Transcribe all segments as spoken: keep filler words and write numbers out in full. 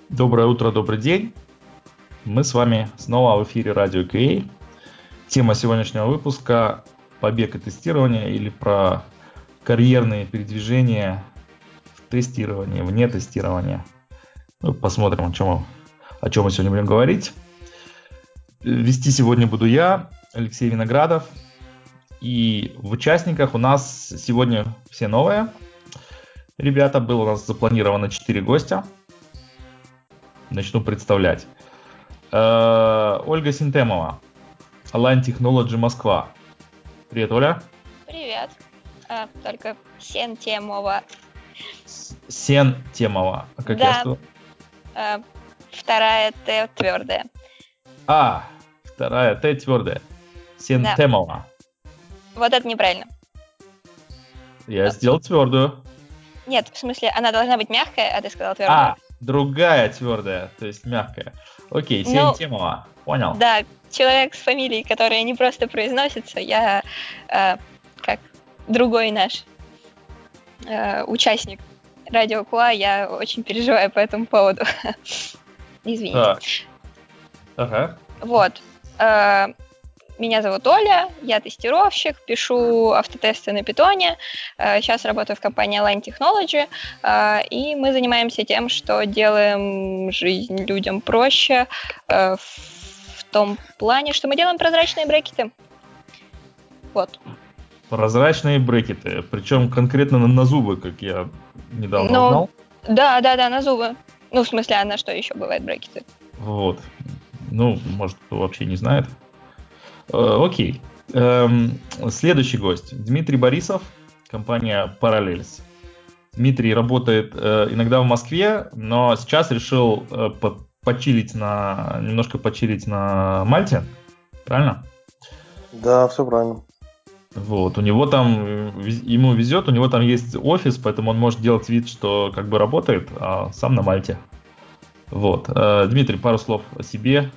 Доброе утро, добрый день. Мы с вами снова в эфире радио кей эй. Тема сегодняшнего выпуска — побег и тестирование, или про карьерные передвижения в тестировании, вне тестирования. Ну, посмотрим, о чем, о чем мы сегодня будем говорить. Вести сегодня буду я, Алексей Виноградов. И в участниках у нас сегодня все новые ребята. Было у нас запланировано четыре гостя. Начну представлять. Э, Ольга Синтемова, Align Technology Москва. Привет, Оля. Привет. А, только Сентемова. Сентемова. А как Да. я сказал? А, вторая Т твердая. А, вторая Т твердая. Сентемова. Да. Вот это неправильно. Я сделал твердую. Нет, в смысле, она должна быть мягкая, а ты сказал твердая. А, другая твердая, то есть мягкая. Окей, Ну, Сентемова. Понял. Да, человек с фамилией, которая не просто произносится, я э, как другой наш э, участник радио КуА, я очень переживаю по этому поводу. Извините. Так. Ага. Вот. Э, Меня зовут Оля, я тестировщик, пишу автотесты на питоне. Сейчас работаю в компании Align Technology, и мы занимаемся тем, что делаем жизнь людям проще в том плане, что мы делаем прозрачные брекеты. Вот. Прозрачные брекеты, причем конкретно на, на зубы, как я недавно Ну, узнал. Да, да, да, на зубы. Ну, в смысле, а на что еще бывают брекеты? Вот. Ну, может, кто вообще не знает. Э, окей. Эм, следующий гость. Дмитрий Борисов, компания Parallels. Дмитрий работает э, иногда в Москве, но сейчас решил э, по- почилить на, немножко почилить на Мальте. Правильно? Да, все правильно. Вот, у него там, э, вез- ему везет, у него там есть офис, поэтому он может делать вид, что как бы работает, а сам на Мальте. Вот. Э, Дмитрий, пару слов о себе.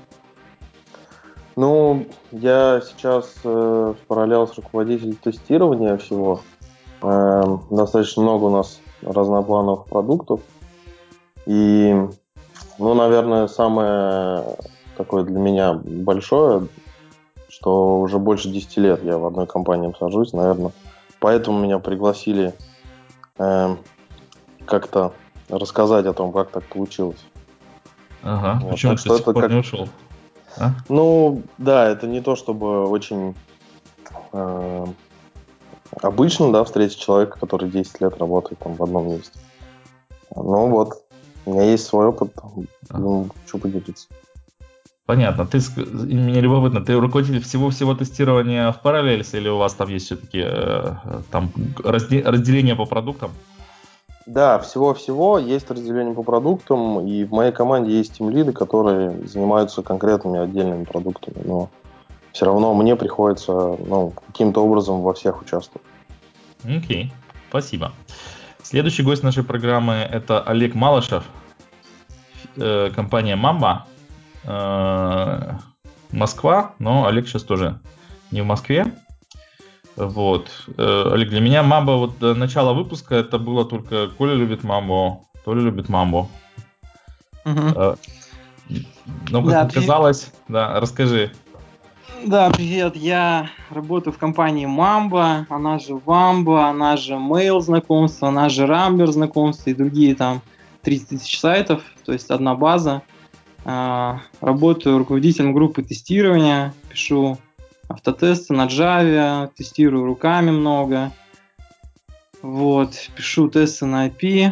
Ну, я сейчас э, в Parallels руководитель тестирования всего. Эм, достаточно много у нас разноплановых продуктов. И, ну, наверное, самое такое для меня большое, что уже больше десяти лет я в одной компании сажусь, наверное. Поэтому меня пригласили эм, как-то рассказать о том, как так получилось. Ага, Вот, почему так ты до что сих это пор как... не ушел? А? Ну, да, это не то чтобы очень... э, обычно, да, встретить человека, который десять лет работает там в одном месте. Ну вот, у меня есть свой опыт, А. ну, хочу поделиться. Понятно. Ты, ск- мне любопытно, ты руководитель всего-всего тестирования в Parallels, или у вас там есть все-таки э, там разде- разделение по продуктам? Да, всего-всего есть разделение по продуктам, и в моей команде есть тимлиды, которые занимаются конкретными отдельными продуктами, но все равно мне приходится, ну, каким-то образом во всех участвовать. Окей, спасибо. Следующий гость нашей программы — это Олег Малышев, э, компания Mamba, э, Москва, но Олег сейчас тоже не в Москве. Вот. Э, Олег, для меня Mamba, вот до начала выпуска это было только Коля любит Мамбу, Толя любит Мамбу. Мгм. Э, Но, как Да, оказалось, да, расскажи. Да, привет. Я работаю в компании Mamba, она же Wamba, она же Mail знакомства, она же Rambler знакомства и другие там тридцать тысяч сайтов, то есть одна база. А, Работаю руководителем группы тестирования, пишу автотесты на Java, тестирую руками много. Вот, пишу тесты на ай пи.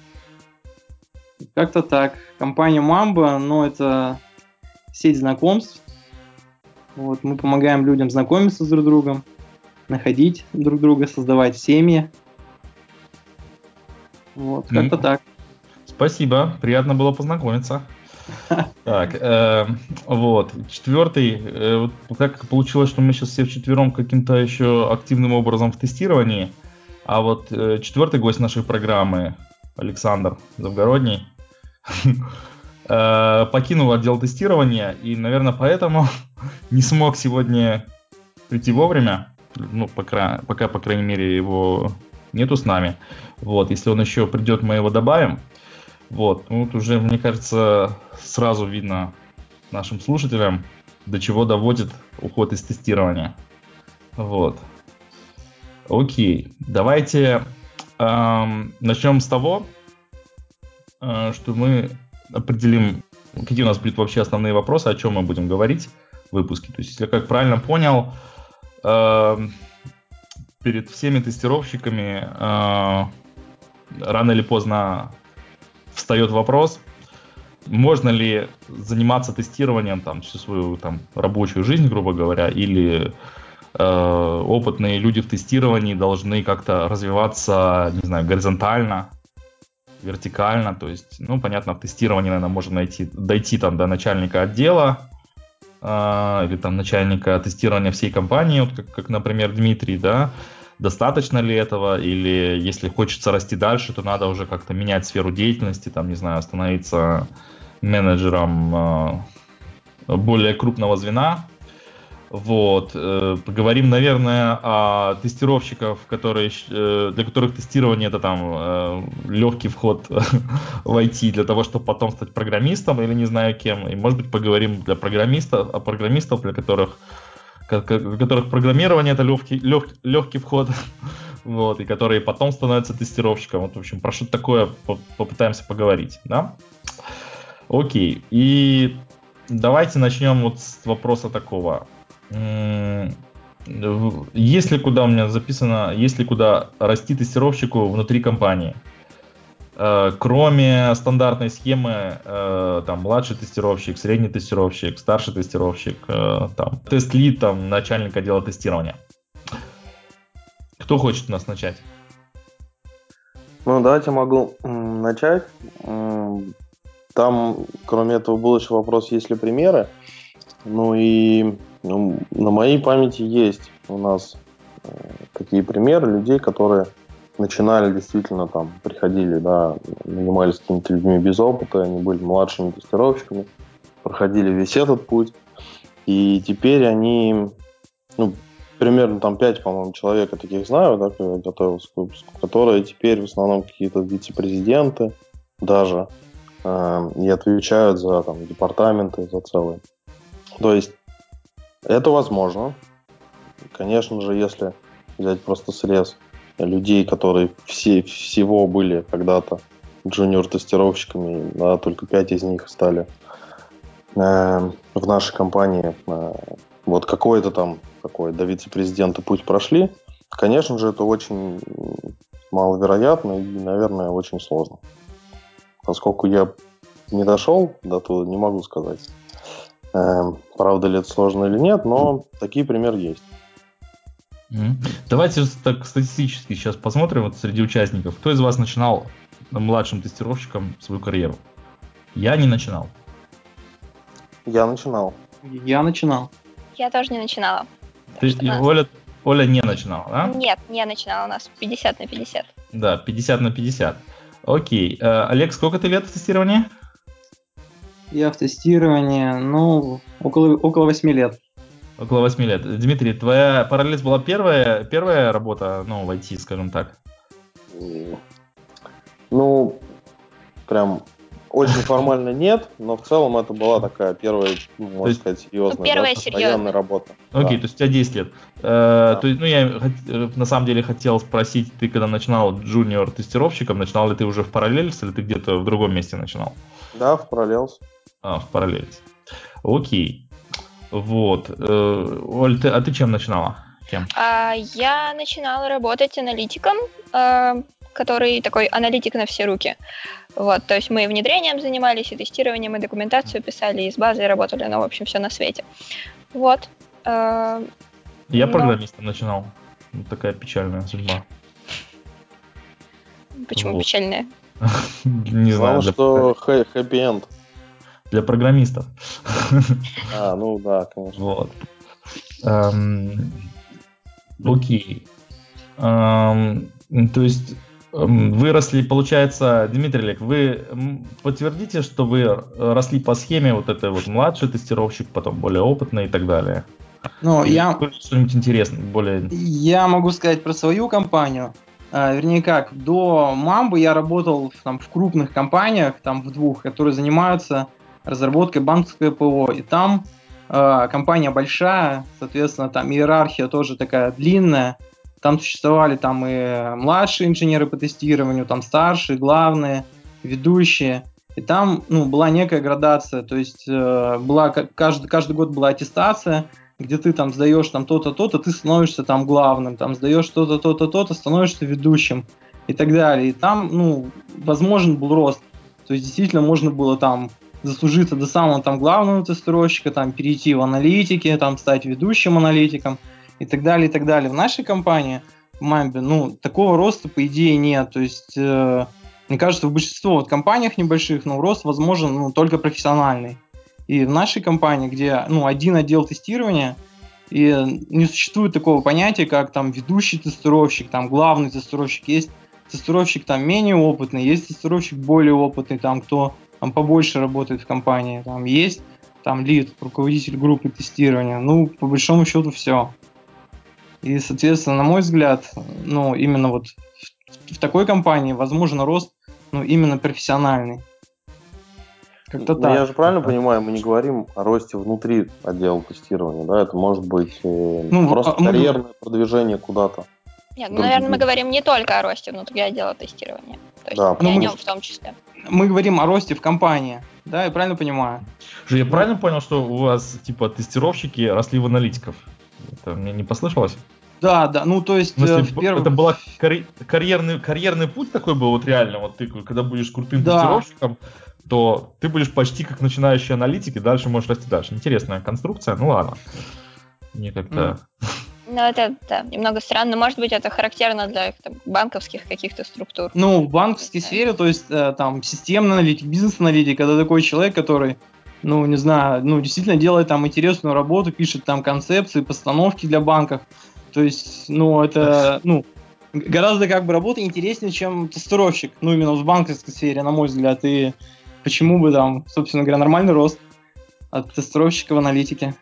Как-то так. Компания Mamba, ну, это сеть знакомств. Вот, мы помогаем людям знакомиться с друг другом, находить друг друга, создавать семьи. Вот, Ну, как-то так. спасибо, приятно было познакомиться. Так, э, вот, четвертый, э, вот как получилось, что мы сейчас все вчетвером каким-то еще активным образом в тестировании, а вот э, четвертый гость нашей программы, Александр Завгородний, э, покинул отдел тестирования и, наверное, поэтому не смог сегодня прийти вовремя. Ну, пока, пока, по крайней мере, его нету с нами. Вот, если он еще придет, мы его добавим. Вот, ну, вот уже, мне кажется, сразу видно нашим слушателям, до чего доводит уход из тестирования. Вот. Окей, давайте эм, начнем с того, э, что мы определим, какие у нас будут вообще основные вопросы, о чем мы будем говорить в выпуске. То есть, если я как правильно понял, э, перед всеми тестировщиками э, рано или поздно встает вопрос, можно ли заниматься тестированием там, всю свою там, рабочую жизнь, грубо говоря, или э, опытные люди в тестировании должны как-то развиваться, не знаю, горизонтально, вертикально. То есть, ну, понятно, в тестировании, наверное, можно найти, дойти там, до начальника отдела э, или там начальника тестирования всей компании, вот как, как, например, Дмитрий, да. Достаточно ли этого, или если хочется расти дальше, то надо уже как-то менять сферу деятельности, там, не знаю, становиться менеджером э, более крупного звена. Вот. Э, поговорим, наверное, о тестировщиках, которые, э, для которых тестирование это там э, легкий вход в ай ти для того, чтобы потом стать программистом или не знаю кем. И, может быть, поговорим для программистов, о программистов, для которых для которых программирование это легкий, лег, легкий вход, вот, и которые потом становятся тестировщиком. Вот, в общем, про что-то такое попытаемся поговорить, да? Окей, и давайте начнем вот с вопроса такого. Есть ли куда, у меня записано, есть ли куда расти тестировщику внутри компании? Кроме стандартной схемы, там, младший тестировщик, средний тестировщик, старший тестировщик, там, тест-лид, там, начальник отдела тестирования. Кто хочет у нас начать? Ну, давайте могу начать. Там, кроме этого, был еще вопрос, есть ли примеры. Ну и ну, на моей памяти есть у нас такие примеры людей, которые начинали действительно там, приходили, да, нанимались какими-то людьми без опыта, они были младшими тестировщиками, проходили весь этот путь, и теперь они, ну, примерно там пять, по-моему, человек я таких знаю, да, когда готовился к выпуску, которые теперь в основном какие-то вице-президенты даже, э, и отвечают за там, департаменты, за целые. То есть это возможно. Конечно же, если взять просто срез людей, которые все, всего были когда-то джуниор-тестировщиками, да, только пять из них стали э, в нашей компании э, вот какой-то там какой до вице-президента путь прошли, конечно же, это очень маловероятно и, наверное, очень сложно. Поскольку я не дошел до туда, не могу сказать, э, правда ли это сложно или нет, но такие примеры есть. Давайте так статистически сейчас посмотрим вот среди участников, кто из вас начинал младшим тестировщиком свою карьеру. Я не начинал. Я начинал. Я начинал. Я тоже не начинала. Ты, и нас... Оля, Оля не начинала, да? Нет, не начинала, у нас пятьдесят на пятьдесят. Да, пятьдесят на пятьдесят. Окей. Э, Олег, сколько ты лет в тестировании? Я в тестировании, ну, около, около восьми лет. Около восьми лет. Дмитрий, твоя Parallels была первая, первая работа, ну, в ай ти, скажем так? Ну, прям очень формально нет, но в целом это была такая первая, ну, можно есть, сказать, серьезная, ну, первая да, постоянная серьезная. работа. Окей, да. то есть у тебя десять лет. Э, Да. то есть, ну, я на самом деле хотел спросить, ты когда начинал джуниор-тестировщиком, начинал ли ты уже в Parallels или ты где-то в другом месте начинал? Да, в Parallels. А, в Parallels. Окей. Вот. Э, Оль, ты, а ты чем начинала? Кем? А, я начинала работать аналитиком, э, который такой аналитик на все руки. Вот, то есть мы внедрением занимались, и тестированием, и документацию писали, и с базой работали, ну, в общем, все на свете. Вот. Э, Я но... программистом начинал. Вот такая печальная судьба. Почему вот. печальная? Не знаю. Главное, что хэппи-энд. Для программистов. А, ну да, конечно. Вот. Окей. То есть выросли, получается, Дмитрий Олег, вы подтвердите, что вы росли по схеме вот этой вот младший тестировщик, потом более опытный и так далее? Ну, Или я... что-нибудь интересное, более... Я могу сказать про свою компанию. А, вернее как, до Мамбы я работал там, в крупных компаниях, там в двух, которые занимаются разработкой банковского ПО. И там э, компания большая, соответственно, там иерархия тоже такая длинная. Там существовали там и младшие инженеры по тестированию, там старшие, главные, ведущие. И там ну, была некая градация, то есть э, была, каждый, каждый год была аттестация, где ты там сдаешь там то-то, то-то, ты становишься там главным, там сдаешь то-то, то-то, то-то, становишься ведущим и так далее. И там, ну, возможен был рост. То есть действительно можно было там заслужиться до самого там главного тестировщика, там перейти в аналитики, там стать ведущим аналитиком и так далее, и так далее. В нашей компании, в Мамбе, ну, такого роста, по идее, нет. То есть, э, мне кажется, в большинстве вот компаниях небольших, ну, рост возможен ну, только профессиональный. И в нашей компании, где ну, один отдел тестирования, и не существует такого понятия, как там ведущий тестировщик, там главный тестировщик. Есть тестировщик там менее опытный, есть тестировщик более опытный, там кто там побольше работает в компании, там есть там лид, руководитель группы тестирования. Ну, по большому счету, все. И, соответственно, на мой взгляд, ну, именно вот в, в такой компании возможен рост, ну, именно профессиональный. Как-то Но так. я же правильно понимаю, мы не говорим о росте внутри отдела тестирования, да? Это может быть э, Ну, просто мы- карьерное продвижение куда-то. Нет, ну, Другие. наверное, мы говорим не только о росте внутри отдела тестирования. То есть Да, и Ну, о мы- нем в том числе. Мы говорим о росте в компании, да, я правильно понимаю? Же я правильно понял, что у вас типа тестировщики росли в аналитиков? Это мне не послышалось? Да, да, ну то есть В смысле, э, в первом... это был карь- карьерный, карьерный путь такой был вот реально, вот ты когда будешь крутым Да. тестировщиком, то ты будешь почти как начинающий аналитик и дальше можешь расти дальше. Интересная конструкция, ну ладно. Мне как-то... Ну, это, да, немного странно. Может быть, это характерно для там, банковских каких-то структур. Ну, в банковской Да. сфере, то есть э, там системный аналитик, бизнес-аналитик, это такой человек, который, ну, не знаю, ну, действительно делает там интересную работу, пишет там концепции, постановки для банков. То есть, ну, это, ну, гораздо как бы работа интереснее, чем тестировщик, ну, именно в банковской сфере, на мой взгляд. И почему бы там, собственно говоря, нормальный рост от тестировщика в аналитике.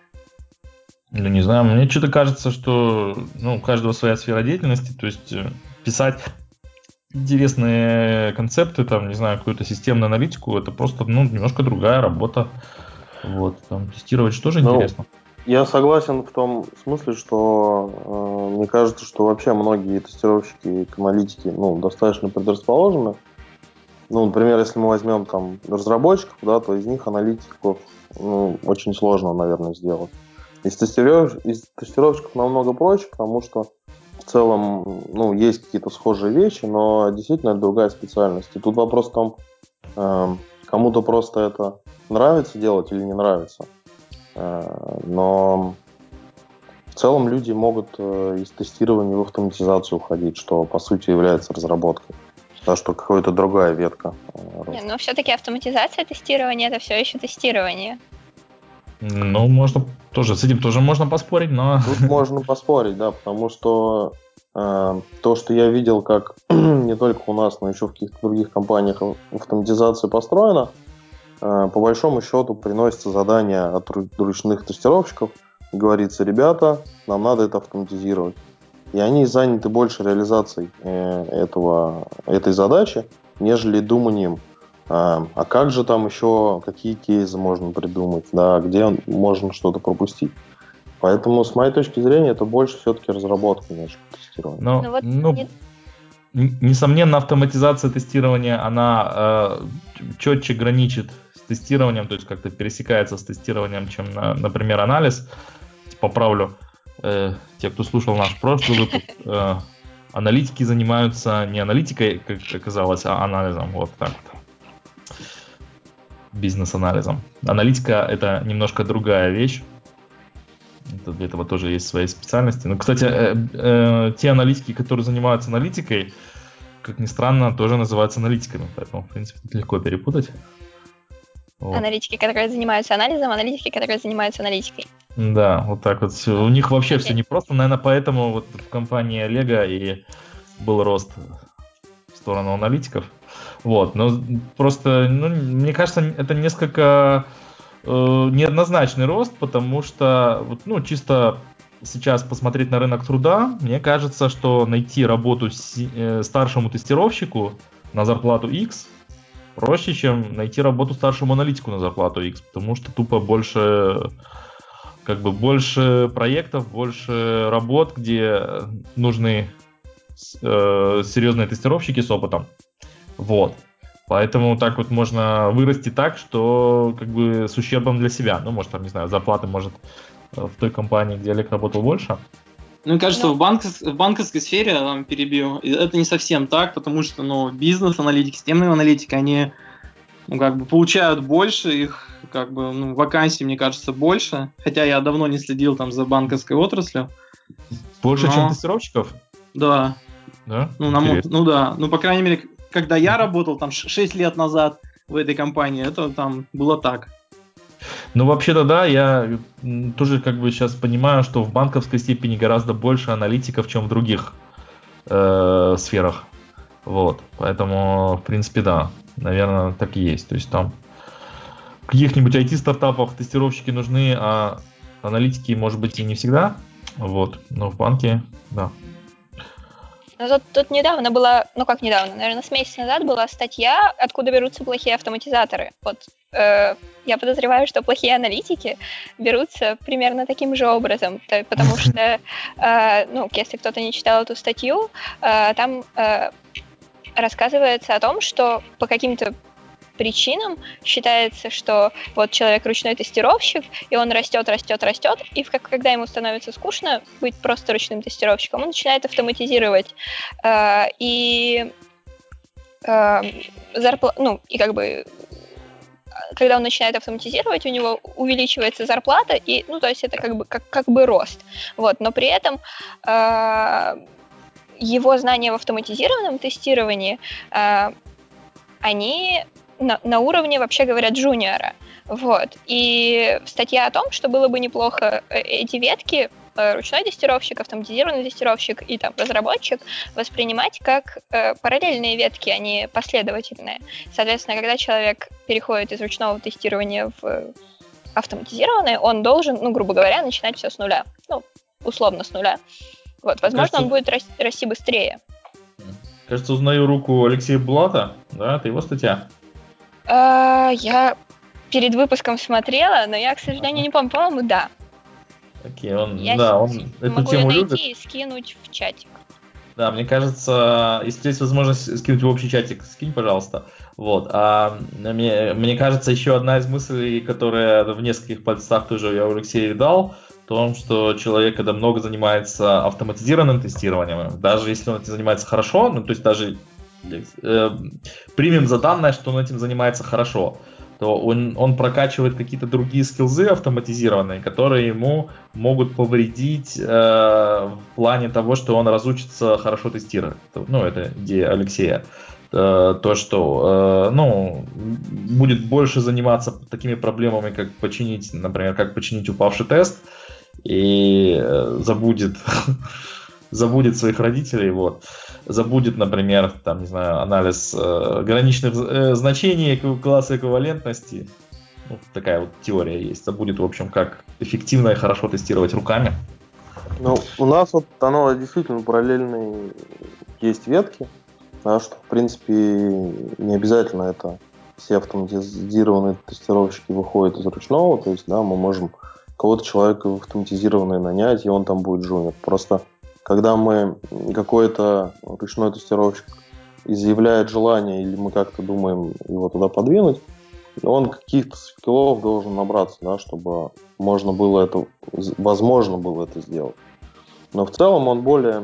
Ну, не знаю, мне что-то кажется, что ну, у каждого своя сфера деятельности, то есть э, писать интересные концепты, там, не знаю, какую-то системную аналитику, это просто, ну, немножко другая работа. Вот, там, тестировать что же Ну, интересно. Я согласен в том смысле, что э, мне кажется, что вообще многие тестировщики к аналитике ну, достаточно предрасположены. Ну, например, если мы возьмем там разработчиков, да, то из них аналитиков ну, очень сложно, наверное, сделать. Из, тестиров... из тестировщиков намного проще, потому что в целом ну, есть какие-то схожие вещи, но действительно это другая специальность. И тут вопрос в том, э, кому-то просто это нравится делать или не нравится. Э, но в целом люди могут э, из тестирования в автоматизацию уходить, что по сути является разработкой. Так что какая-то другая ветка. э, Не, но все-таки автоматизация тестирования это все еще тестирование. Ну, можно тоже, с этим тоже можно поспорить, но... Тут можно поспорить, да, потому что э, то, что я видел, как не только у нас, но еще в каких-то других компаниях автоматизация построена, э, по большому счету приносится задание от ру- ручных тестировщиков, говорится, ребята, нам надо это автоматизировать. И они заняты больше реализацией э, этого, этой задачи, нежели думанием, а, а как же там еще, какие кейсы можно придумать, да, где можно что-то пропустить. Поэтому, с моей точки зрения, это больше все-таки разработка, нежели тестирование. Но, Ну вот ну, не- н- несомненно, автоматизация тестирования, она э, четче граничит с тестированием, то есть как-то пересекается с тестированием, чем, на- например, анализ. Поправлю э, те, кто слушал наш прошлый выпуск. Э, аналитики занимаются не аналитикой, как оказалось, а анализом. Вот так вот. Бизнес-анализом. Аналитика — это немножко другая вещь. Это, для этого тоже есть свои специальности. Ну, кстати, э, э, те аналитики, которые занимаются аналитикой, как ни странно, тоже называются аналитиками. Поэтому, в принципе, тут легко перепутать. Вот. аналитики, которые занимаются анализом, аналитики, которые занимаются аналитикой. Да, вот так вот. У них вообще Окей. все непросто. Наверное, поэтому вот в компании Олега и был рост в сторону аналитиков. Вот, но просто, ну, мне кажется, это несколько э, неоднозначный рост, потому что, вот, ну, чисто сейчас посмотреть на рынок труда, мне кажется, что найти работу си- э, старшему тестировщику на зарплату X проще, чем найти работу старшему аналитику на зарплату X, потому что тупо больше, как бы больше проектов, больше работ, где нужны э, серьезные тестировщики с опытом. Вот. Поэтому так вот можно вырасти так, что как бы с ущербом для себя. Ну, может, там, не знаю, зарплаты, может, в той компании, где Олег работал, больше. Ну, мне кажется, Ну. в, банков- в банковской сфере, я там перебью, и это не совсем так, потому что, ну, бизнес-аналитики, системные аналитики, они, ну, как бы получают больше, их, как бы, ну, вакансий, мне кажется, больше, хотя я давно не следил там за банковской отраслью. Больше, но, чем тестировщиков? Да. Да? Ну, на, мо- Интересно. ну да, ну, по крайней мере, когда я работал там шесть лет назад в этой компании, это там было так. Ну, вообще-то, да, я м, тоже как бы сейчас понимаю, что в банковской степени гораздо больше аналитиков, чем в других э, сферах. Вот. Поэтому, в принципе, да, наверное, так и есть. То есть там в каких-нибудь ай ти-стартапах тестировщики нужны, а аналитики, может быть, и не всегда. Вот. Но в банке, да. Ну, тут, тут недавно была, ну как недавно, наверное, с месяца назад была статья, откуда берутся плохие автоматизаторы. Вот э, я подозреваю, что плохие аналитики берутся примерно таким же образом, то- потому что, э, ну, если кто-то не читал эту статью, э, там э, рассказывается о том, что по каким-то причинам считается, что вот человек ручной тестировщик, и он растет, растет, растет, и в- как- когда ему становится скучно быть просто ручным тестировщиком, он начинает автоматизировать. Э, и э, зарпла- ну, и как бы когда он начинает автоматизировать, у него увеличивается зарплата, и, ну, то есть это как бы, как, как бы рост. Вот, но при этом э, его знания в автоматизированном тестировании, э, они на, на уровне, вообще говоря, джуниора. Вот. И статья о том, что было бы неплохо э, эти ветки, э, ручной тестировщик, автоматизированный тестировщик и там разработчик, воспринимать как э, параллельные ветки, а не последовательные. Соответственно, когда человек переходит из ручного тестирования в автоматизированное, он должен, ну, грубо говоря, начинать все с нуля. Ну, условно с нуля. Вот. Возможно, Кажется, он будет расти, расти быстрее. Кажется, узнаю руку Алексея Булата. Да, это его статья. А, я перед выпуском смотрела, но я, к сожалению, не помню. По-моему, да. Окей, он, Я да, с- он эту могу ее тему найти любит. и скинуть в чатик. Да, мне кажется, если есть возможность скинуть в общий чатик, скинь, пожалуйста. Вот. А мне, мне кажется, еще одна из мыслей, которая в нескольких постах тоже я у Алексея видал, в том, что человек, когда много занимается автоматизированным тестированием, даже если он этим занимается хорошо, ну, то есть даже э, примем за данное, что он этим занимается хорошо, то он, он прокачивает какие-то другие скиллзы автоматизированные, которые ему могут повредить э, в плане того, что он разучится хорошо тестировать. Ну, это идея Алексея. Э, то, что э, ну, будет больше заниматься такими проблемами, как починить, например, как починить упавший тест, и э, забудет забудет своих родителей, вот, забудет, например, там, не знаю, анализ э, граничных э, значений класса эквивалентности. Ну, такая вот теория есть. Забудет, в общем, как эффективно и хорошо тестировать руками. Ну, у нас вот оно действительно параллельные есть ветки, да, что, в принципе, не обязательно это все автоматизированные тестировщики выходят из ручного, то есть, да, мы можем кого-то человека автоматизированный нанять, и он там будет джуниор. Просто когда мы какой-то ручной тестировщик изъявляет желание, или мы как-то думаем его туда подвинуть, он каких-то скиллов должен набраться, да, чтобы можно было это, возможно было это сделать. Но в целом он более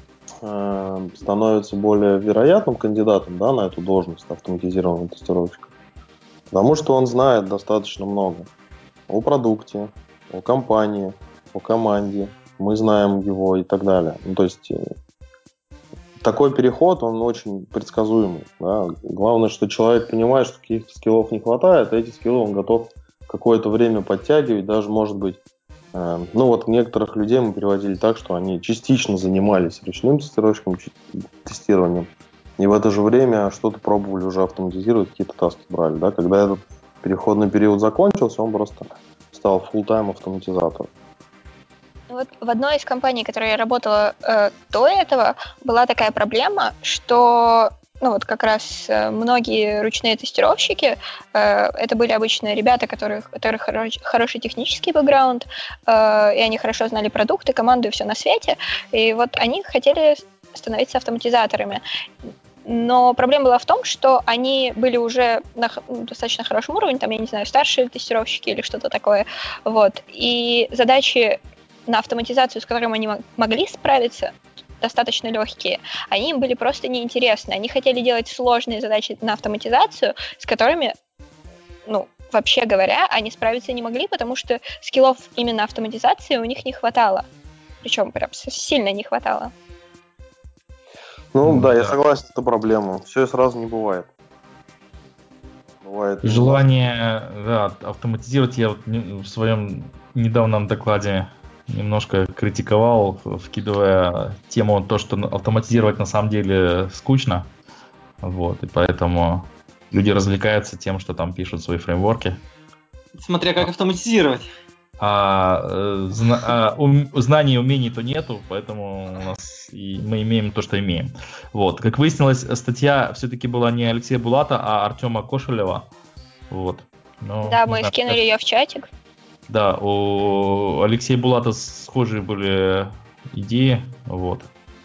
э, становится более вероятным кандидатом, да, на эту должность автоматизированного тестировщика, потому что он знает достаточно много о продукте, о компании, о команде, мы знаем его и так далее. Ну, то есть э, такой переход, он очень предсказуемый. Да. Главное, что человек понимает, что каких-то скиллов не хватает, а эти скиллы он готов какое-то время подтягивать, даже, может быть, э, ну вот некоторых людей мы переводили так, что они частично занимались ручным тестировщиком, тестированием, и в это же время что-то пробовали уже автоматизировать, какие-то таски брали. Да. Когда этот переходный период закончился, он просто стал full-time автоматизатором. Вот в одной из компаний, в которой я работала э, до этого, была такая проблема, что ну вот как раз э, многие ручные тестировщики, э, это были обычно ребята, которых, у которых хорош, хороший технический бэкграунд, э, и они хорошо знали продукты, команду и все на свете, и вот они хотели становиться автоматизаторами. Но проблема была в том, что они были уже на достаточно хорошем уровне, там, я не знаю, старшие тестировщики или что-то такое, вот, и задачи на автоматизацию, с которыми они могли справиться, достаточно легкие, они им были просто неинтересны. Они хотели делать сложные задачи на автоматизацию, с которыми, ну, вообще говоря, они справиться не могли, потому что скиллов именно автоматизации у них не хватало. Причем прям сильно не хватало. Ну, Ну, да, да. я согласен с этой проблемой. Все сразу не бывает. Бывает Желание да, автоматизировать я вот в своем недавнем докладе немножко критиковал, вкидывая тему то, что автоматизировать на самом деле скучно. Вот, и поэтому люди развлекаются тем, что там пишут свои фреймворки. Смотря как автоматизировать. А, э, зна- а ум- знаний и умений то нету, поэтому у нас и мы имеем то, что имеем. Вот. Как выяснилось, статья все-таки была не Алексея Булата, а Артема Кошелева. Вот. Но, да, не мы знаю, скинули кажется, ее в чатик. да, у Алексея Булата схожие были идеи. Вот.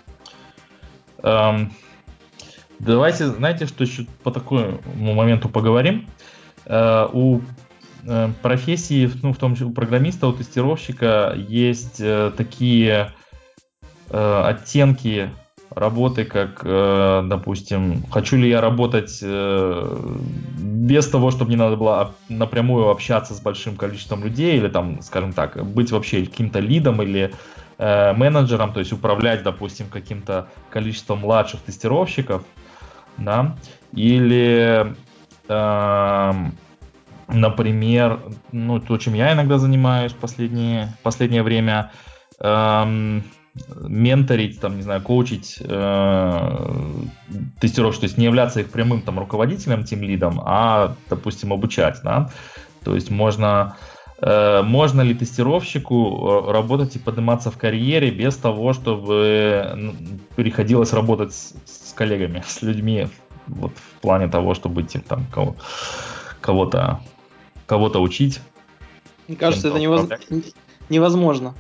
Эм, давайте, знаете, что еще по такому моменту поговорим. Э, у э, профессии, ну, в том числе у программиста, у тестировщика есть э, такие э, оттенки работы, как, э, допустим, хочу ли я работать э, без того, чтобы мне надо было напрямую общаться с большим количеством людей, или там, скажем так, быть вообще каким-то лидом или э, менеджером, то есть управлять, допустим, каким-то количеством младших тестировщиков, да, или, э, например, ну, то, чем я иногда занимаюсь последнее, последнее время, эм, менторить, там, не знаю, коучить э, тестировщиков, то есть не являться их прямым там руководителем, тимлидом, а, допустим, обучать, да, то есть можно, э, можно ли тестировщику работать и подниматься в карьере без того, чтобы приходилось работать с, с коллегами, с людьми, вот в плане того, чтобы идти там кого, кого-то, кого-то учить. Мне кажется, это невоз... управлять. невозможно.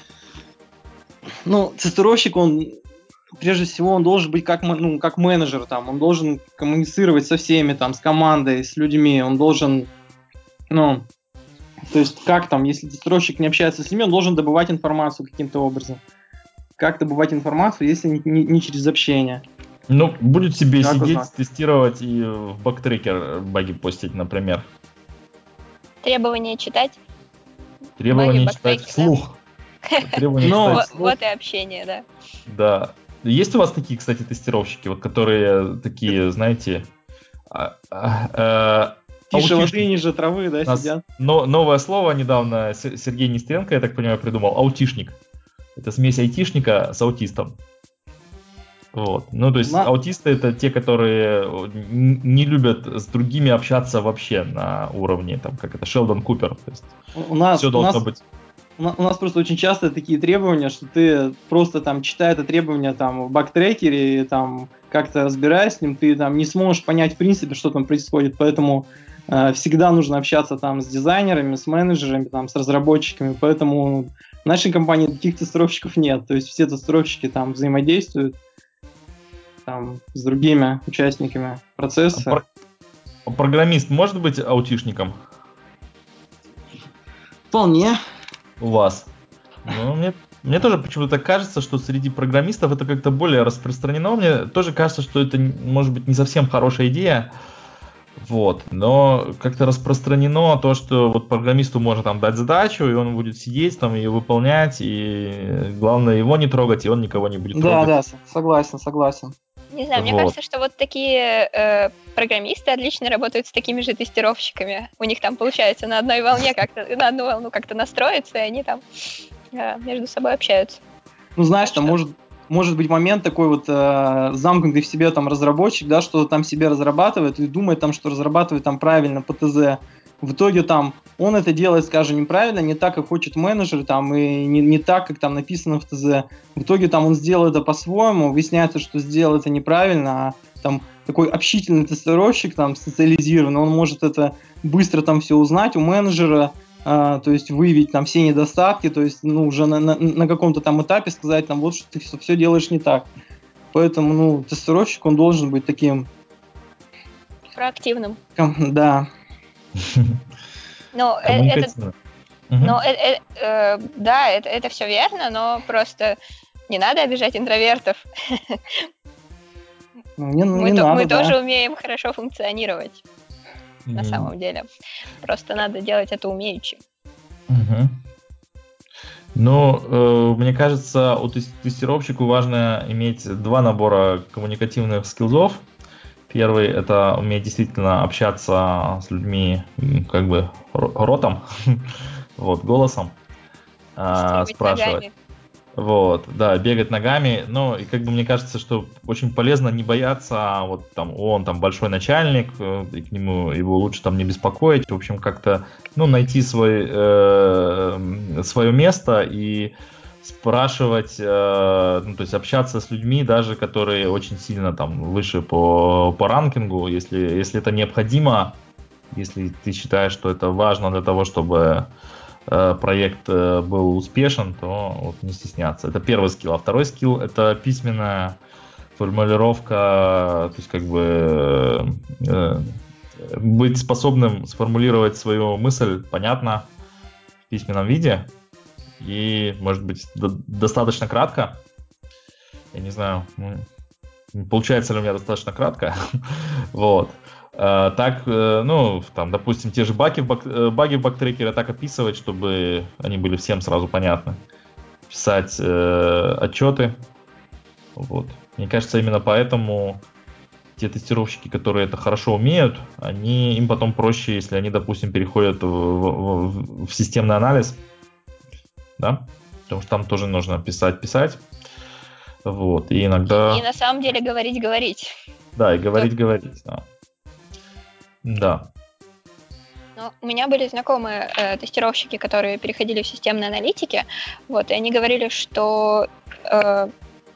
Ну, тестировщик, он прежде всего он должен быть как, ну, как менеджер, там, он должен коммуницировать со всеми, там, с командой, с людьми, он должен, ну, то есть как там, если тестировщик не общается с людьми, он должен добывать информацию каким-то образом. Как добывать информацию, если не, не, не через общение? Ну, будет себе Как сидеть, узнать? тестировать и в бактрекер баги постить, например. Требования читать. Требования баги, читать бактрекер, вслух. Требования Но- читать Вот, вслух. вот и общение, да. Да. Есть у вас такие, кстати, тестировщики, вот которые такие, знаете, а, а, а, Тише воды, аутишники? ниже травы, да, У нас сидят. но, новое слово недавно С- Сергей Нестеренко, я так понимаю, придумал. Аутишник. Это смесь айтишника с аутистом. Вот. Ну, то есть На- аутисты это те, которые н- не любят с другими общаться вообще на уровне, там, как это, Шелдон Купер. То есть У нас, все у должно нас быть. У на- у нас просто очень часто такие требования, что ты просто там, читая это требование там в бактрекере, и, там как-то разбираясь с ним, ты там не сможешь понять в принципе, что там происходит, поэтому э, всегда нужно общаться там с дизайнерами, с менеджерами, там с разработчиками, поэтому в нашей компании таких тестировщиков нет, то есть все тестировщики там взаимодействуют там с другими участниками процесса. Про- Программист может быть аутишником Вполне. у вас? Ну, мне, мне тоже почему-то кажется, что среди программистов это как-то более распространено. Мне тоже кажется, что это, может быть, не совсем хорошая идея. Вот, но как-то распространено то, что вот программисту можно там дать задачу, и он будет сидеть там ее выполнять, и главное его не трогать, и он никого не будет Да, трогать. да, с- согласен, согласен. Не знаю, мне Вот. кажется, что вот такие э, программисты отлично работают с такими же тестировщиками. У них там получается на одной волне как-то, на одну волну как-то настроиться, и они там э, между собой общаются. Ну, знаешь, Так там что- может, может быть момент такой вот э, замкнутый в себе там разработчик, да, что там себе разрабатывает и думает там, что разрабатывает там правильно по ТЗ. В итоге там он это делает, скажем, неправильно, не так, как хочет менеджер, там, и не, не так, как там написано в ТЗ. В итоге там он сделал это по-своему, выясняется, что сделал это неправильно, а там такой общительный тестировщик, там, специализированный, он может это быстро там все узнать у менеджера, а, то есть выявить там все недостатки, то есть, ну, уже на, на, на каком-то там этапе сказать, там, вот, что ты все, все делаешь не так. Поэтому, ну, тестировщик, он должен быть таким... Проактивным. Да. Но э- это, но э- э- э- да, это, это все верно, но просто не надо обижать интровертов. Не, мы не то, надо, мы да. тоже умеем хорошо функционировать, mm. на самом деле. Просто надо делать это умеючи. Угу. Ну, э, мне кажется, у тестировщику важно иметь два набора коммуникативных скиллзов. Первый — это уметь действительно общаться с людьми как бы ротом, вот, голосом, э, спрашивать. Ногами. Вот, да, бегать ногами. Ну, и как бы мне кажется, что очень полезно не бояться, вот там он там большой начальник, и к нему его лучше там не беспокоить. В общем, как-то, ну, найти свой, э, свое место и спрашивать, э, ну, то есть общаться с людьми, даже которые очень сильно там выше по, по ранкингу, если, если это необходимо, если ты считаешь, что это важно для того, чтобы проект был успешен, то вот не стесняться. Это первый скилл. А второй скилл — это письменная формулировка, то есть как бы э, быть способным сформулировать свою мысль понятно в письменном виде и, может быть, до- достаточно кратко. Я не знаю, получается ли у меня достаточно кратко. Вот. Так, ну, там, допустим, те же баги в, бак, баги в бактрекере так описывать, чтобы они были всем сразу понятны. Писать э, отчеты. Вот. Мне кажется, именно поэтому те тестировщики, которые это хорошо умеют, они, им потом проще, если они, допустим, переходят в, в, в системный анализ, да, потому что там тоже нужно писать, писать. Вот, и иногда... И, и на самом деле говорить-говорить. Да, и говорить-говорить, да. Да. Ну, у меня были знакомые э, тестировщики, которые переходили в системные аналитики, вот, и они говорили, что э,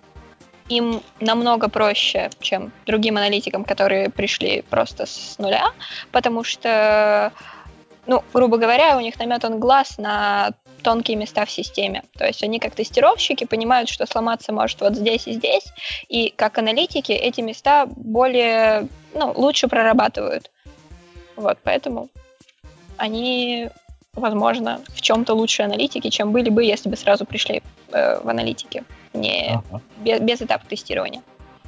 им намного проще, чем другим аналитикам, которые пришли просто с нуля, потому что, ну, грубо говоря, у них наметан глаз на тонкие места в системе. То есть они как тестировщики понимают, что сломаться может вот здесь и здесь, и как аналитики эти места более, ну, лучше прорабатывают. Вот, поэтому они, возможно, в чем-то лучше аналитики, чем были бы, если бы сразу пришли э, в аналитики, не ага. без, без этапа тестирования.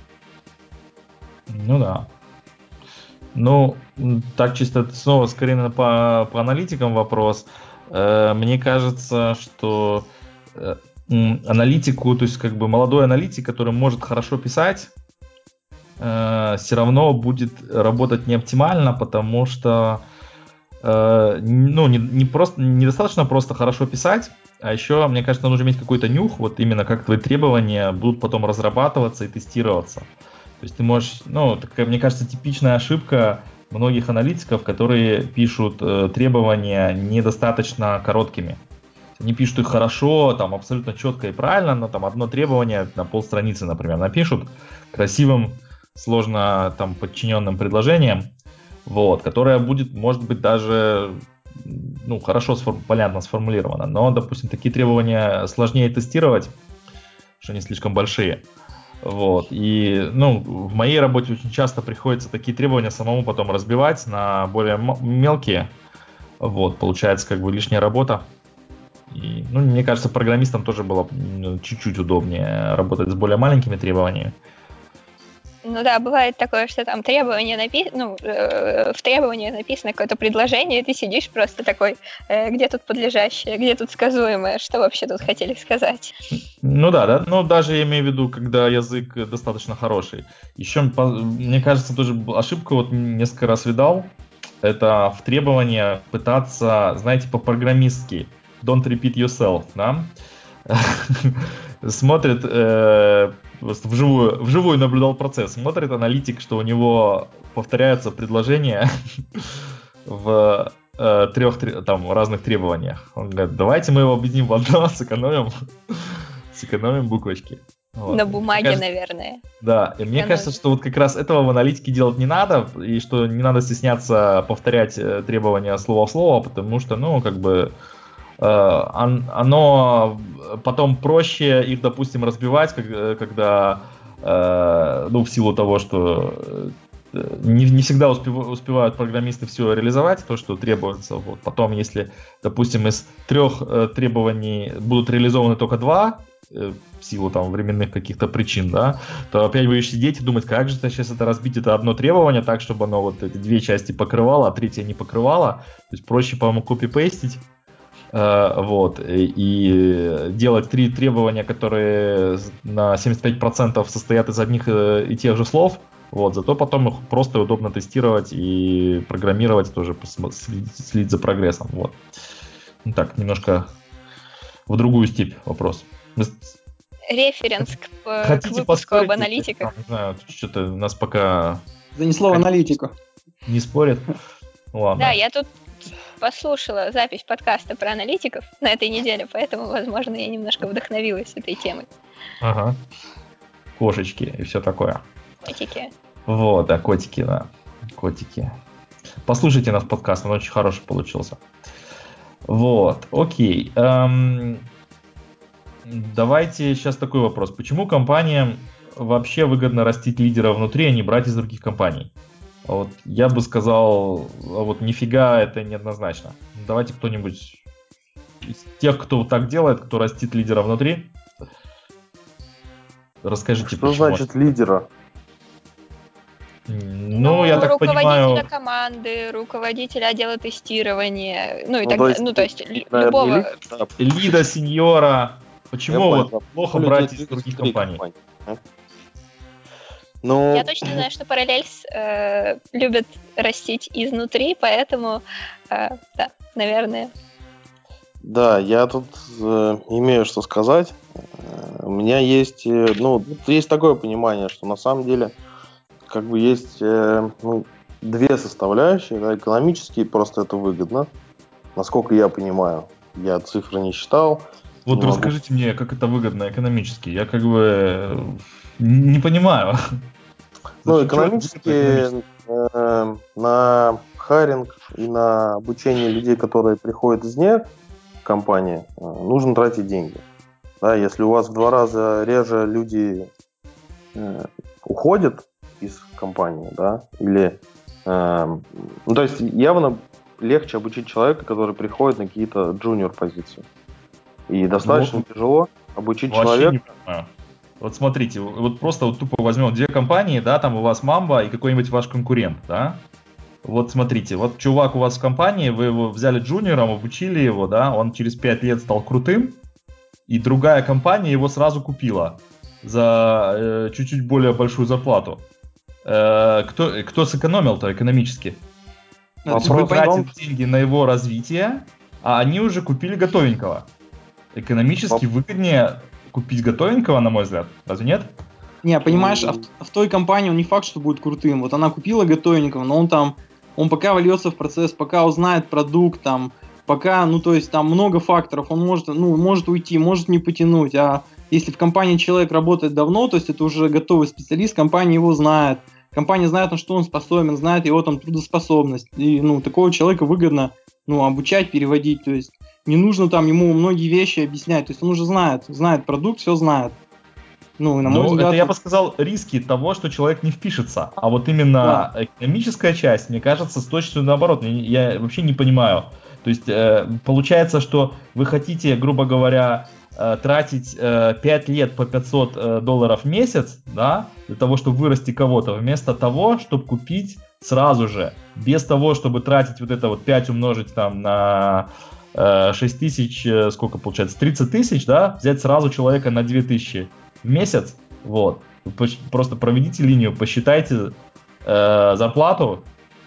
Ну да. Ну, так чисто снова скорее по, по аналитикам вопрос. Э, мне кажется, что э, аналитику, то есть как бы молодой аналитик, который может хорошо писать, э, все равно будет работать не оптимально, потому что э, ну, не, не просто, недостаточно просто хорошо писать, а еще, мне кажется, нужно иметь какой-то нюх, вот именно как твои требования будут потом разрабатываться и тестироваться. То есть ты можешь, ну, такая, мне кажется, типичная ошибка многих аналитиков, которые пишут э, требования недостаточно короткими. Они пишут их хорошо, там абсолютно четко и правильно, но там одно требование на полстраницы, например, напишут красивым, сложно там подчиненным предложением, вот, которое будет, может быть, даже ну, хорошо, сформ- понятно сформулировано. Но, допустим, такие требования сложнее тестировать, что они слишком большие. Вот. И, ну, в моей работе очень часто приходится такие требования самому потом разбивать на более м- мелкие. Вот, получается как бы лишняя работа. И, ну, мне кажется, программистам тоже было чуть-чуть удобнее работать с более маленькими требованиями. Ну да, бывает такое, что там требование напи- ну, э, в требовании написано какое-то предложение, и ты сидишь просто такой, э, где тут подлежащее, где тут сказуемое, что вообще тут хотели сказать? Ну да, да, но даже я имею в виду, когда язык достаточно хороший. Еще, мне кажется, тоже ошибку вот несколько раз видал, это в требованиях пытаться, знаете, по-программистски, don't repeat yourself, да? Смотрит, э, вживую, вживую наблюдал процесс, смотрит аналитик, что у него повторяются предложения в э, трех там разных требованиях. Он говорит, давайте мы его объединим в одно, сэкономим, сэкономим буквочки. Вот. На бумаге, кажется, наверное. Да, и мне кажется, что вот как раз этого в аналитике делать не надо, и что не надо стесняться повторять требования слово в слово, потому что, ну, как бы, э, оно потом проще их, допустим, разбивать, когда, э, ну, в силу того, что не, не всегда успев, успевают программисты все реализовать, то, что требуется. Вот. Потом, если, допустим, из трех э, требований будут реализованы только два, э, в силу там временных каких-то причин, да, то опять будешь сидеть и думать, как же это сейчас это разбить, это одно требование так, чтобы оно вот эти две части покрывало, а третье не покрывало. То есть проще, по-моему, копипейстить. Uh, вот, и, и делать три требования, которые на семьдесят пять процентов состоят из одних и тех же слов, вот, зато потом их просто удобно тестировать и программировать, тоже следить, следить за прогрессом. Вот. Ну так, немножко в другую степь вопрос. Референс к, Хотите к выпуску поспорить? об аналитиках? Не знаю, что-то у нас пока... Занесло в аналитику. Не спорят? Ладно. Да, я тут послушала запись подкаста про аналитиков на этой неделе, поэтому, возможно, я немножко вдохновилась этой темой. Ага. Кошечки и все такое. Котики. Вот, да, котики, да. Котики. Послушайте наш подкаст, он очень хороший получился. Вот, окей. Эм, давайте сейчас такой вопрос. Почему компаниям вообще выгодно растить лидера внутри, а не брать из других компаний? Вот я бы сказал, вот нифига это неоднозначно. Давайте кто-нибудь из тех, кто так делает, кто растит лидера внутри, расскажите, что почему. Значит лидера? Ну, ну, я так руководителя понимаю... команды, руководителя отдела тестирования, ну и Ну, так то далее. есть, Ну, то есть наверное, любого... лидер, да. Лида, сеньора. Почему Я вот понял. плохо Люди брать из двигаются других внутри компаний? компании, а? Ну, Я точно знаю, что Parallels э, любят растить изнутри, поэтому, э, да, наверное. Да, я тут э, имею что сказать. Э, У меня есть, э, ну, есть такое понимание, что на самом деле, как бы есть э, ну, две составляющие, да, экономически просто это выгодно, насколько я понимаю. Я цифры не считал. Вот не могу. расскажите мне, как это выгодно экономически. Я как бы не понимаю. Ну, Чего это выгодно экономически э, на хайринг и на обучение людей, которые приходят из не компании, э, нужно тратить деньги. Да, если у вас в два раза реже люди э, уходят из компании, да, или э, ну, то есть явно легче обучить человека, который приходит на какие-то джуниор позиции. И достаточно Ну, тяжело обучить вообще человека. не понимаю. Вот смотрите, вот просто вот тупо возьмем две компании, да, там у вас Mamba и какой-нибудь ваш конкурент, да. Вот смотрите, вот чувак у вас в компании, вы его взяли джуниором, обучили его, да, он через пять лет стал крутым, и другая компания его сразу купила за э, чуть-чуть более большую зарплату. Э, кто, кто сэкономил-то экономически? Да, То есть вы Вопрос в том, тратите деньги на его развитие, а они уже купили готовенького. Экономически выгоднее купить готовенького, на мой взгляд. Разве нет? Не, понимаешь, а в, в той компании он не факт, что будет крутым. Вот она купила готовенького, но он там, он пока вольется в процесс, пока узнает продукт, там, пока, ну, то есть там много факторов, он может, ну, может уйти, может не потянуть. А если в компании человек работает давно, то есть это уже готовый специалист, компания его знает, компания знает, на что он способен, знает его там трудоспособность. И, ну, такого человека выгодно, ну, обучать, переводить, то есть не нужно там ему многие вещи объяснять, то есть он уже знает, знает продукт, все знает. Ну, на мой Ну, взгляд, это я вот, бы сказал риски того, что человек не впишется. А вот да. именно экономическая часть, мне кажется, с точностью наоборот. Я я вообще не понимаю. То есть э, получается, что вы хотите, грубо говоря, э, тратить э, пять лет по пятьсот э, долларов в месяц, да, для того, чтобы вырасти кого-то, вместо того, чтобы купить сразу же, без того, чтобы тратить вот это вот пять умножить там на э, шесть тысяч, э, сколько получается, тридцать тысяч, да, взять сразу человека на две тысячи в месяц, вот. Просто проведите линию, посчитайте э, зарплату,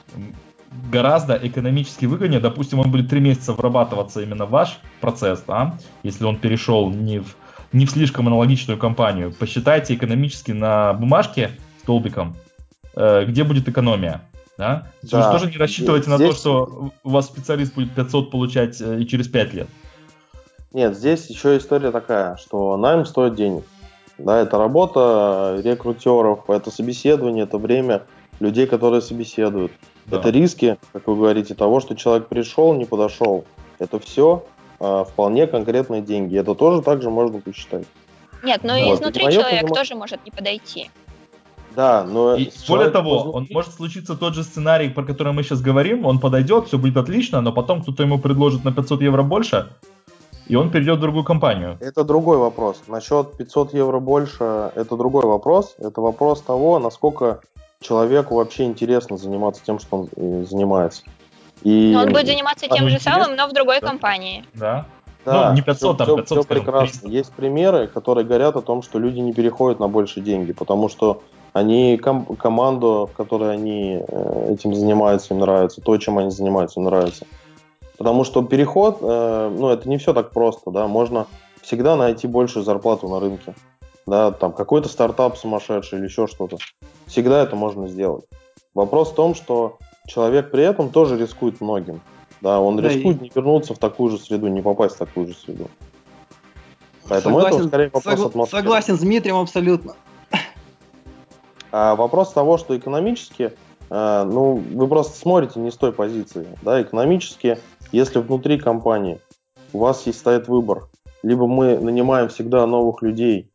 гораздо экономически выгоднее. Допустим, он будет три месяца врабатываться именно в ваш процесс, да, если он перешел не в, не в слишком аналогичную компанию. Посчитайте экономически на бумажке столбиком, э, где будет экономия. Да? Да. Вы же тоже не рассчитываете здесь... на то, что у вас специалист будет пятьсот получать и через пять лет. Нет, здесь еще история такая, что найм стоит денег. Да, это работа рекрутеров, это собеседование, это время людей, которые собеседуют. Да. Это риски, как вы говорите, того, что человек пришел, не подошел. Это все а, вполне конкретные деньги. Это тоже также можно посчитать. Нет, но вот. изнутри человек понимание... тоже может не подойти. Да, но... И более того, изнутри... он может случиться тот же сценарий, про который мы сейчас говорим, он подойдет, все будет отлично, но потом кто-то ему предложит на пятьсот евро больше, и он перейдет в другую компанию. Это другой вопрос. Насчет пятьсот евро больше, это другой вопрос. Это вопрос того, насколько человеку вообще интересно заниматься тем, что он занимается. И... Но он будет заниматься тем же самым, но в другой да. компании. Да. Да, ну, не пятьсот, все, там пятьсот, все скажем, прекрасно. триста. Есть примеры, которые говорят о том, что люди не переходят на большие деньги, потому что они ком- команду, в которой они э, этим занимаются, им нравится, то, чем они занимаются, им нравится. Потому что переход, э, ну, это не все так просто, да, можно всегда найти большую зарплату на рынке, да, там какой-то стартап сумасшедший или еще что-то. Всегда это можно сделать. Вопрос в том, что человек при этом тоже рискует многим. Да, он да рискует и... не вернуться в такую же среду, не попасть в такую же среду. Поэтому согласен, это скорее вопрос согла- атмосферы. Согласен с Дмитрием абсолютно. А вопрос того, что экономически, э, ну, вы просто смотрите не с той позиции. Да, экономически, если внутри компании у вас есть стоит выбор, либо мы нанимаем всегда новых людей,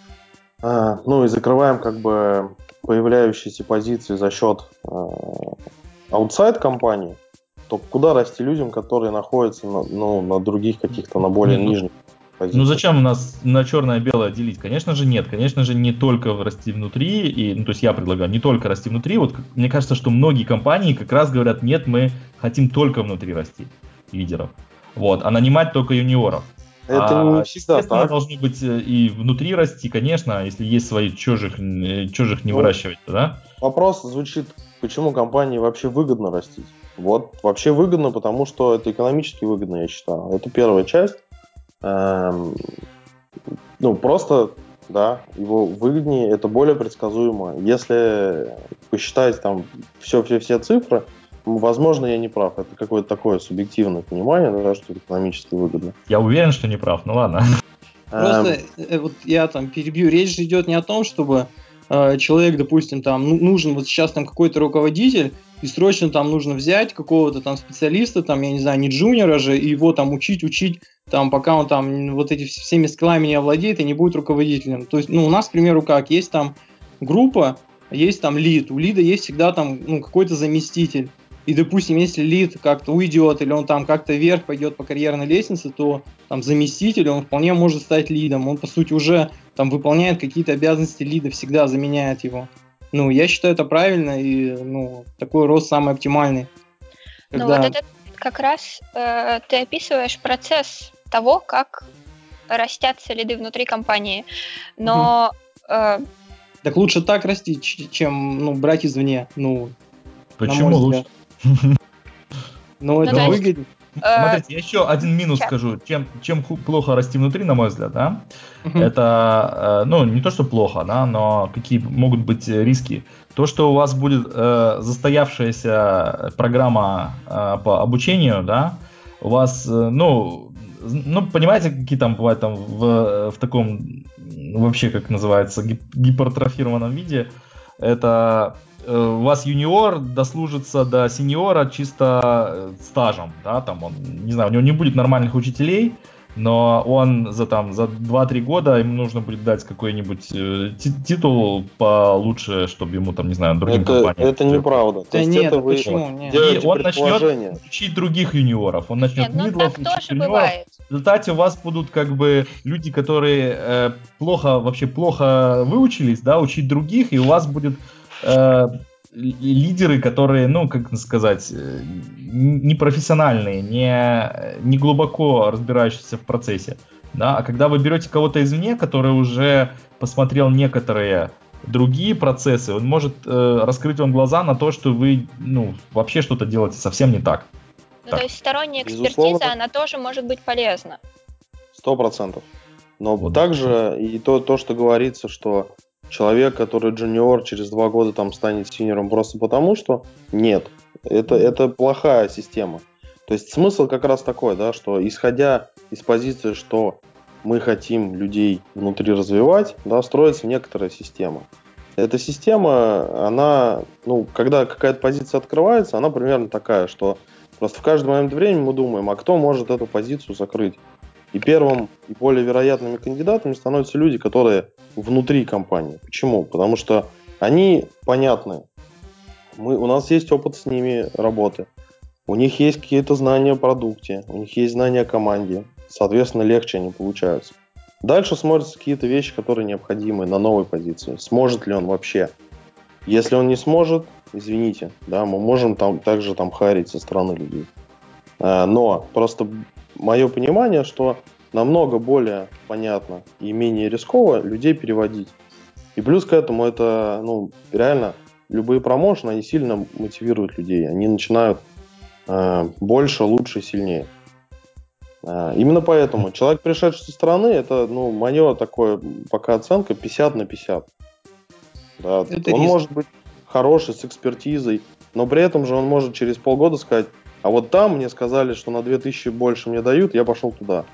э, ну и закрываем как бы появляющиеся позиции за счет э, аутсайд компании, то куда расти людям, которые находятся на, ну, на других каких-то, на более ну, нижних позициях? Ну зачем у нас на черное-белое делить? Конечно же нет. Конечно же не только расти внутри, и, ну, то есть я предлагаю не только расти внутри. Вот мне кажется, что многие компании как раз говорят, нет, мы хотим только внутри расти лидеров. Вот, а нанимать только юниоров. Это а, не всегда так. Должны быть и внутри расти, конечно, если есть свои чужих, чужих не ну, выращивать, да? Вопрос звучит, почему компании вообще выгодно растить? Вот, вообще выгодно, потому что это экономически выгодно, я считаю. Это первая часть. Эм, ну, просто, да, его выгоднее, это более предсказуемо. Если посчитать там все-все-все цифры, возможно, я не прав. Это какое-то такое субъективное понимание, да, что это экономически выгодно. Я уверен, что не прав, ну ладно. Просто эм... вот я там перебью. Речь же идет не о том, чтобы э, человек, допустим, там ну, нужен вот сейчас там какой-то руководитель, и срочно там нужно взять какого-то там специалиста, там, я не знаю, не джуниора же, и его там учить, учить, там, пока он там вот эти всеми скиллами не овладеет и не будет руководителем. То есть, ну, у нас, к примеру, как, есть там группа, есть там лид, у лида есть всегда там, ну, какой-то заместитель. И, допустим, если лид как-то уйдет, или он там как-то вверх пойдет по карьерной лестнице, то там заместитель, он вполне может стать лидом. Он, по сути, уже там выполняет какие-то обязанности лида, всегда заменяет его. Ну, я считаю, это правильно, и, ну, такой рост самый оптимальный. Когда... Ну, вот это как раз э, ты описываешь процесс того, как растятся лиды внутри компании. Но... Угу. Э... Так лучше так расти, чем, ну, брать извне, ну, почему на мой лучше? Ну, это ну, выгодно. Смотрите, я еще один минус Сейчас. скажу. Чем, чем плохо расти внутри, на мой взгляд, да, uh-huh. это, ну, не то, что плохо, да, но какие могут быть риски. То, что у вас будет э, застоявшаяся программа э, по обучению, да, у вас, э, ну, ну, понимаете, какие там бывают там в, в таком, вообще, как называется, гипертрофированном виде, это... у вас юниор дослужится до сеньора чисто стажем, да, там он, не знаю, у него не будет нормальных учителей, но он за там за два-три года ему нужно будет дать какой-нибудь э, титул получше, чтобы ему там, не знаю, другим это, компаниям. Это неправда. Да То нет, это вы почему? Нет. И он начнет учить других юниоров, он начнет нет, мидлов, учить юниоров. Бывает. В результате у вас будут как бы люди, которые э, плохо, вообще плохо выучились, да, учить других, и у вас будет э, лидеры, которые, ну, как сказать, не профессиональные, не, не глубоко разбирающиеся в процессе, да, а когда вы берете кого-то извне, который уже посмотрел некоторые другие процессы, он может э, раскрыть вам глаза на то, что вы, ну, вообще что-то делаете совсем не так. Ну, так. то есть сторонняя экспертиза, Безусловно, она тоже может быть полезна. Сто процентов. Но вот. Также и то, то, что говорится, что человек, который джуниор, через два года там станет синьором просто потому, что нет. Это, это плохая система. То есть смысл как раз такой, да, что исходя из позиции, что мы хотим людей внутри развивать, да, строится некоторая система. Эта система, она, ну, когда какая-то позиция открывается, она примерно такая, что просто в каждый момент времени мы думаем, а кто может эту позицию закрыть? И первым и более вероятными кандидатами становятся люди, которые внутри компании. Почему? Потому что они понятны. Мы, у нас есть опыт с ними работы. У них есть какие-то знания о продукте, у них есть знания о команде. Соответственно, легче они получаются. Дальше смотрятся какие-то вещи, которые необходимы на новой позиции. Сможет ли он вообще? Если он не сможет, извините, да, мы можем там также там харить со стороны людей. А, но просто мое понимание, что намного более понятно и менее рисково людей переводить. И плюс к этому это, ну, реально, любые промоушены, они сильно мотивируют людей. Они начинают э, больше, лучше, сильнее. Э, именно поэтому человек, пришедший со стороны, это, ну, мое такое пока оценка пятьдесят на пятьдесят. Да. Это Он риск. может быть хороший, с экспертизой, но при этом же он может через полгода сказать, а вот там мне сказали, что на две тысячи больше мне дают, я пошел туда.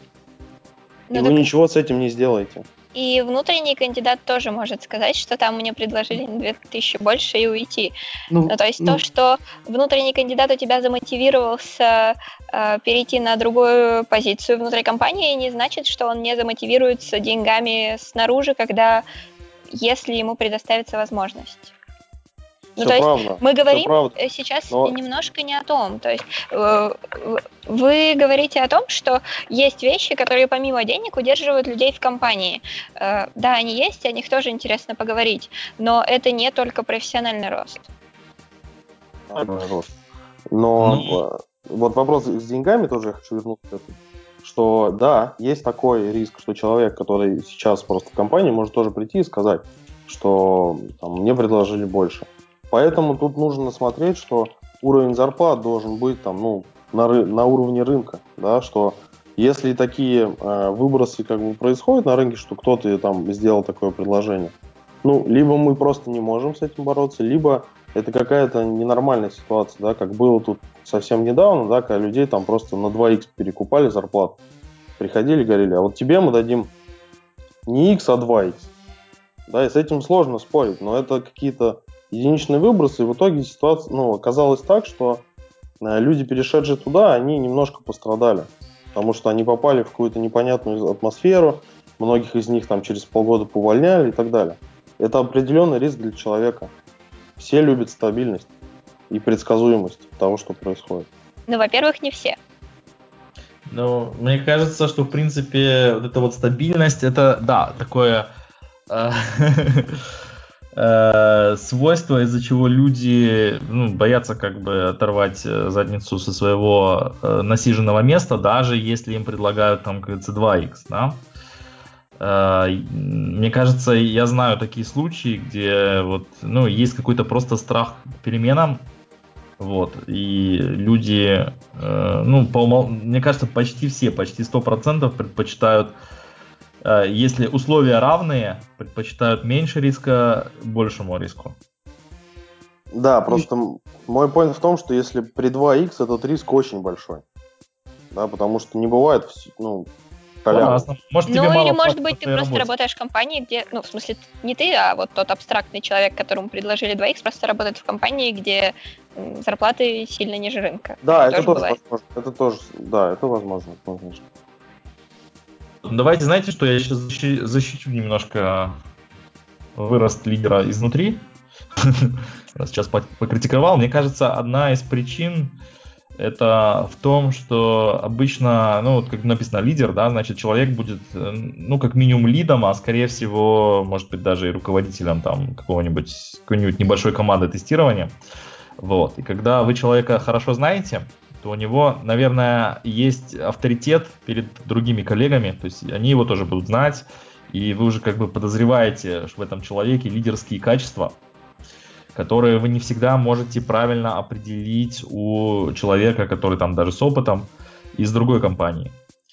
Ну, И вы так ничего с этим не сделаете. и внутренний кандидат тоже может сказать, что там мне предложили на две тысячи больше и уйти. Ну, Ну, то есть ну, то, что внутренний кандидат у тебя замотивировался э, перейти на другую позицию внутри компании, не значит, что он не замотивируется деньгами снаружи, когда, если ему предоставится возможность. Ну, Все то есть правда, мы все говорим правда. э, сейчас Но немножко не о том. То есть э, вы говорите о том, что есть вещи, которые помимо денег удерживают людей в компании. Э, да, они есть, о них тоже интересно поговорить, но это не только профессиональный рост. рост. Ну, Но э, вот вопрос с деньгами тоже я хочу вернуться к этому. Что да, есть такой риск, что человек, который сейчас просто в компании, может тоже прийти и сказать, что там, мне предложили больше. Поэтому тут нужно смотреть, что уровень зарплат должен быть там, ну, на, ры- на уровне рынка, да, что если такие э, выбросы как бы происходят на рынке, что кто-то там сделал такое предложение, ну, либо мы просто не можем с этим бороться, либо это какая-то ненормальная ситуация, да, как было тут совсем недавно, да, когда людей там просто на два икс перекупали зарплату. Приходили и говорили, а вот тебе мы дадим не X, а два икс. Да, и с этим сложно спорить, но это какие-то единичные выбросы, и в итоге ситуация, ну, оказалось так, что э, люди, перешедшие туда, они немножко пострадали, потому что они попали в какую-то непонятную атмосферу, многих из них там через полгода повольняли и так далее. Это определенный риск для человека. Все любят стабильность и предсказуемость того, что происходит. Ну, во-первых, не все. ну, мне кажется, что, в принципе, вот эта вот стабильность, это, да, такое э, э, свойство, из-за чего люди, ну, боятся как бы оторвать э, задницу со своего э, насиженного места, даже если им предлагают там, как говорится, два икс, да. Э, Мне кажется, я знаю такие случаи, где вот, ну, есть какой-то просто страх к переменам, вот, и люди, э, ну, по умол- мне кажется, почти все, почти сто процентов предпочитают, э, если условия равные, предпочитают меньше риска большему риску. Да, ну, просто м- мой point в том, что если при два икс этот риск очень большой. Да, потому что не бывает, вс- ну, халявы. По-разному. Может, тебе Ну, или, мало может платят на быть, ты твоей просто работе. работаешь в компании, где, ну, в смысле, не ты, а вот тот абстрактный человек, которому предложили два икс, просто работает в компании, где м, зарплаты сильно ниже рынка. Да, Такое это тоже тоже бывает. возможно. Это тоже, да, это возможно, конечно. Давайте, знаете, что я сейчас защи- защищу немножко вырост лидера изнутри. Раз сейчас по- покритиковал. Мне кажется, одна из причин это в том, что обычно, ну, вот как написано лидер, да, значит, человек будет, э, ну, как минимум лидом, а скорее всего, может быть, даже и руководителем там какого-нибудь, какой-нибудь небольшой команды тестирования. Вот. И когда вы человека хорошо знаете, то у него, наверное, есть авторитет перед другими коллегами, то есть они его тоже будут знать, и вы уже как бы подозреваете в этом человеке лидерские качества, которые вы не всегда можете правильно определить у человека, который там даже с опытом из другой компании.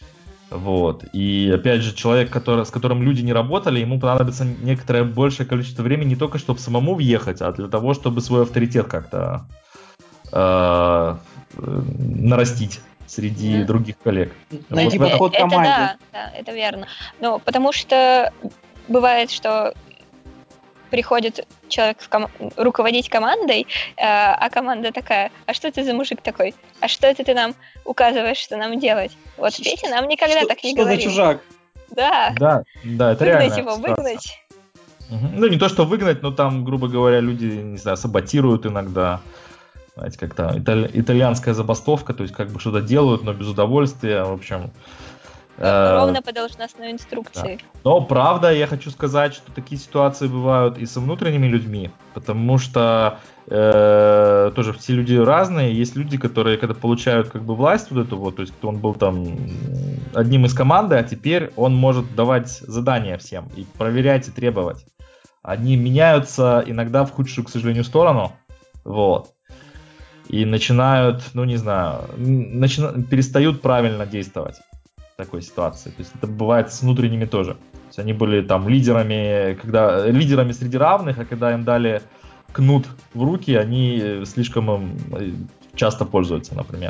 Вот. И опять же, человек, который, с которым люди не работали, ему понадобится некоторое большее количество времени не только, чтобы самому въехать, а для того, чтобы свой авторитет как-то э, нарастить среди Мгм. других коллег. Найти Вот в этом- подход к Это команде. да, да, это верно. Ну, потому что бывает, что приходит человек в ком- руководить командой, э, а команда такая: а что ты за мужик такой? А что это ты нам указываешь, что нам делать? Вот Ш- Петя нам никогда что, так не что за говорил. чужак? Да, Да, да, это выгнать реальная его, ситуация. выгнать. Мгм. Ну, не то, что выгнать, но там, грубо говоря, люди, не знаю, саботируют иногда. Знаете, как-то италь- итальянская забастовка, то есть как бы что-то делают, но без удовольствия, в общем. Э, э, Ровно по должностной да. инструкции. Но правда, я хочу сказать, что такие ситуации бывают и со внутренними людьми, потому что э, тоже все люди разные. Есть люди, которые, когда получают как бы власть вот эту вот, то есть кто он был там м, одним из команды, а теперь он может давать задания всем и проверять и требовать. Они меняются иногда в худшую, к сожалению, сторону, вот, и начинают, ну не знаю, м, начина- перестают правильно действовать в такой ситуации. То есть это бывает с внутренними тоже. То есть они были там лидерами, когда лидерами среди равных, а когда им дали кнут в руки, они э, слишком им э, часто пользуются, например.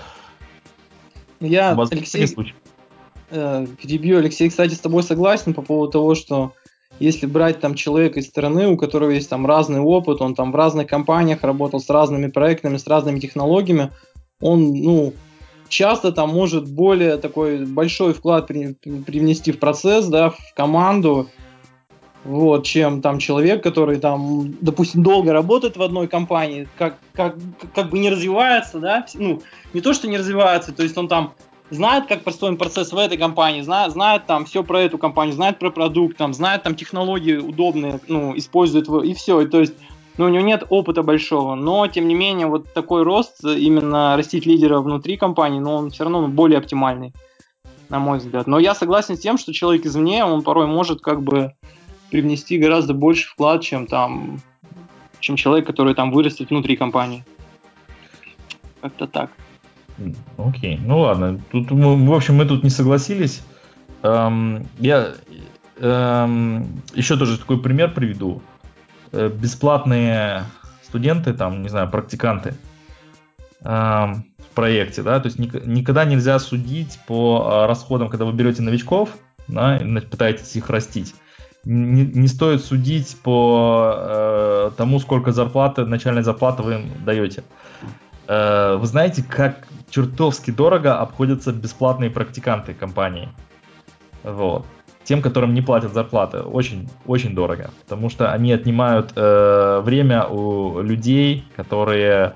Я, Возможно, такие Алексей, случаи. э, перебью. Алексей, кстати, с тобой согласен по поводу того, что если брать там человека из страны, у которого есть там разный опыт, он там в разных компаниях работал с разными проектами, с разными технологиями, он, ну, часто там может более такой большой вклад при- привнести в процесс, да, в команду, вот, чем там человек, который там, допустим, долго работает в одной компании, как, как, как бы не развивается, да, ну, не то, что не развивается, то есть он там знает, как построен процесс в этой компании, знает, знает там все про эту компанию, знает про продукт, там, знает там технологии удобные, ну, использует его, и все, и то есть, ну, у него нет опыта большого, но, тем не менее, вот такой рост, именно растить лидера внутри компании, но он все равно более оптимальный, на мой взгляд. Но я согласен с тем, что человек извне, он порой может как бы привнести гораздо больше вклад, чем там, чем человек, который там вырастет внутри компании. Как-то так. М, Окей, ну ладно. Тут, мы- в общем, мы тут не согласились. Эм, я эм, еще тоже такой пример приведу. Э, Бесплатные студенты, там, не знаю, практиканты эм, в проекте, да, то есть ник- никогда нельзя судить по э, расходам, когда вы берете новичков, да, и на- пытаетесь их растить. Не, не стоит судить по э, тому, сколько зарплаты, начальной зарплаты вы им даете. Э, вы знаете, как чертовски дорого обходятся бесплатные практиканты компании. Вот. Тем, которым не платят зарплаты, очень, очень дорого, потому что они отнимают э, время у людей, которые,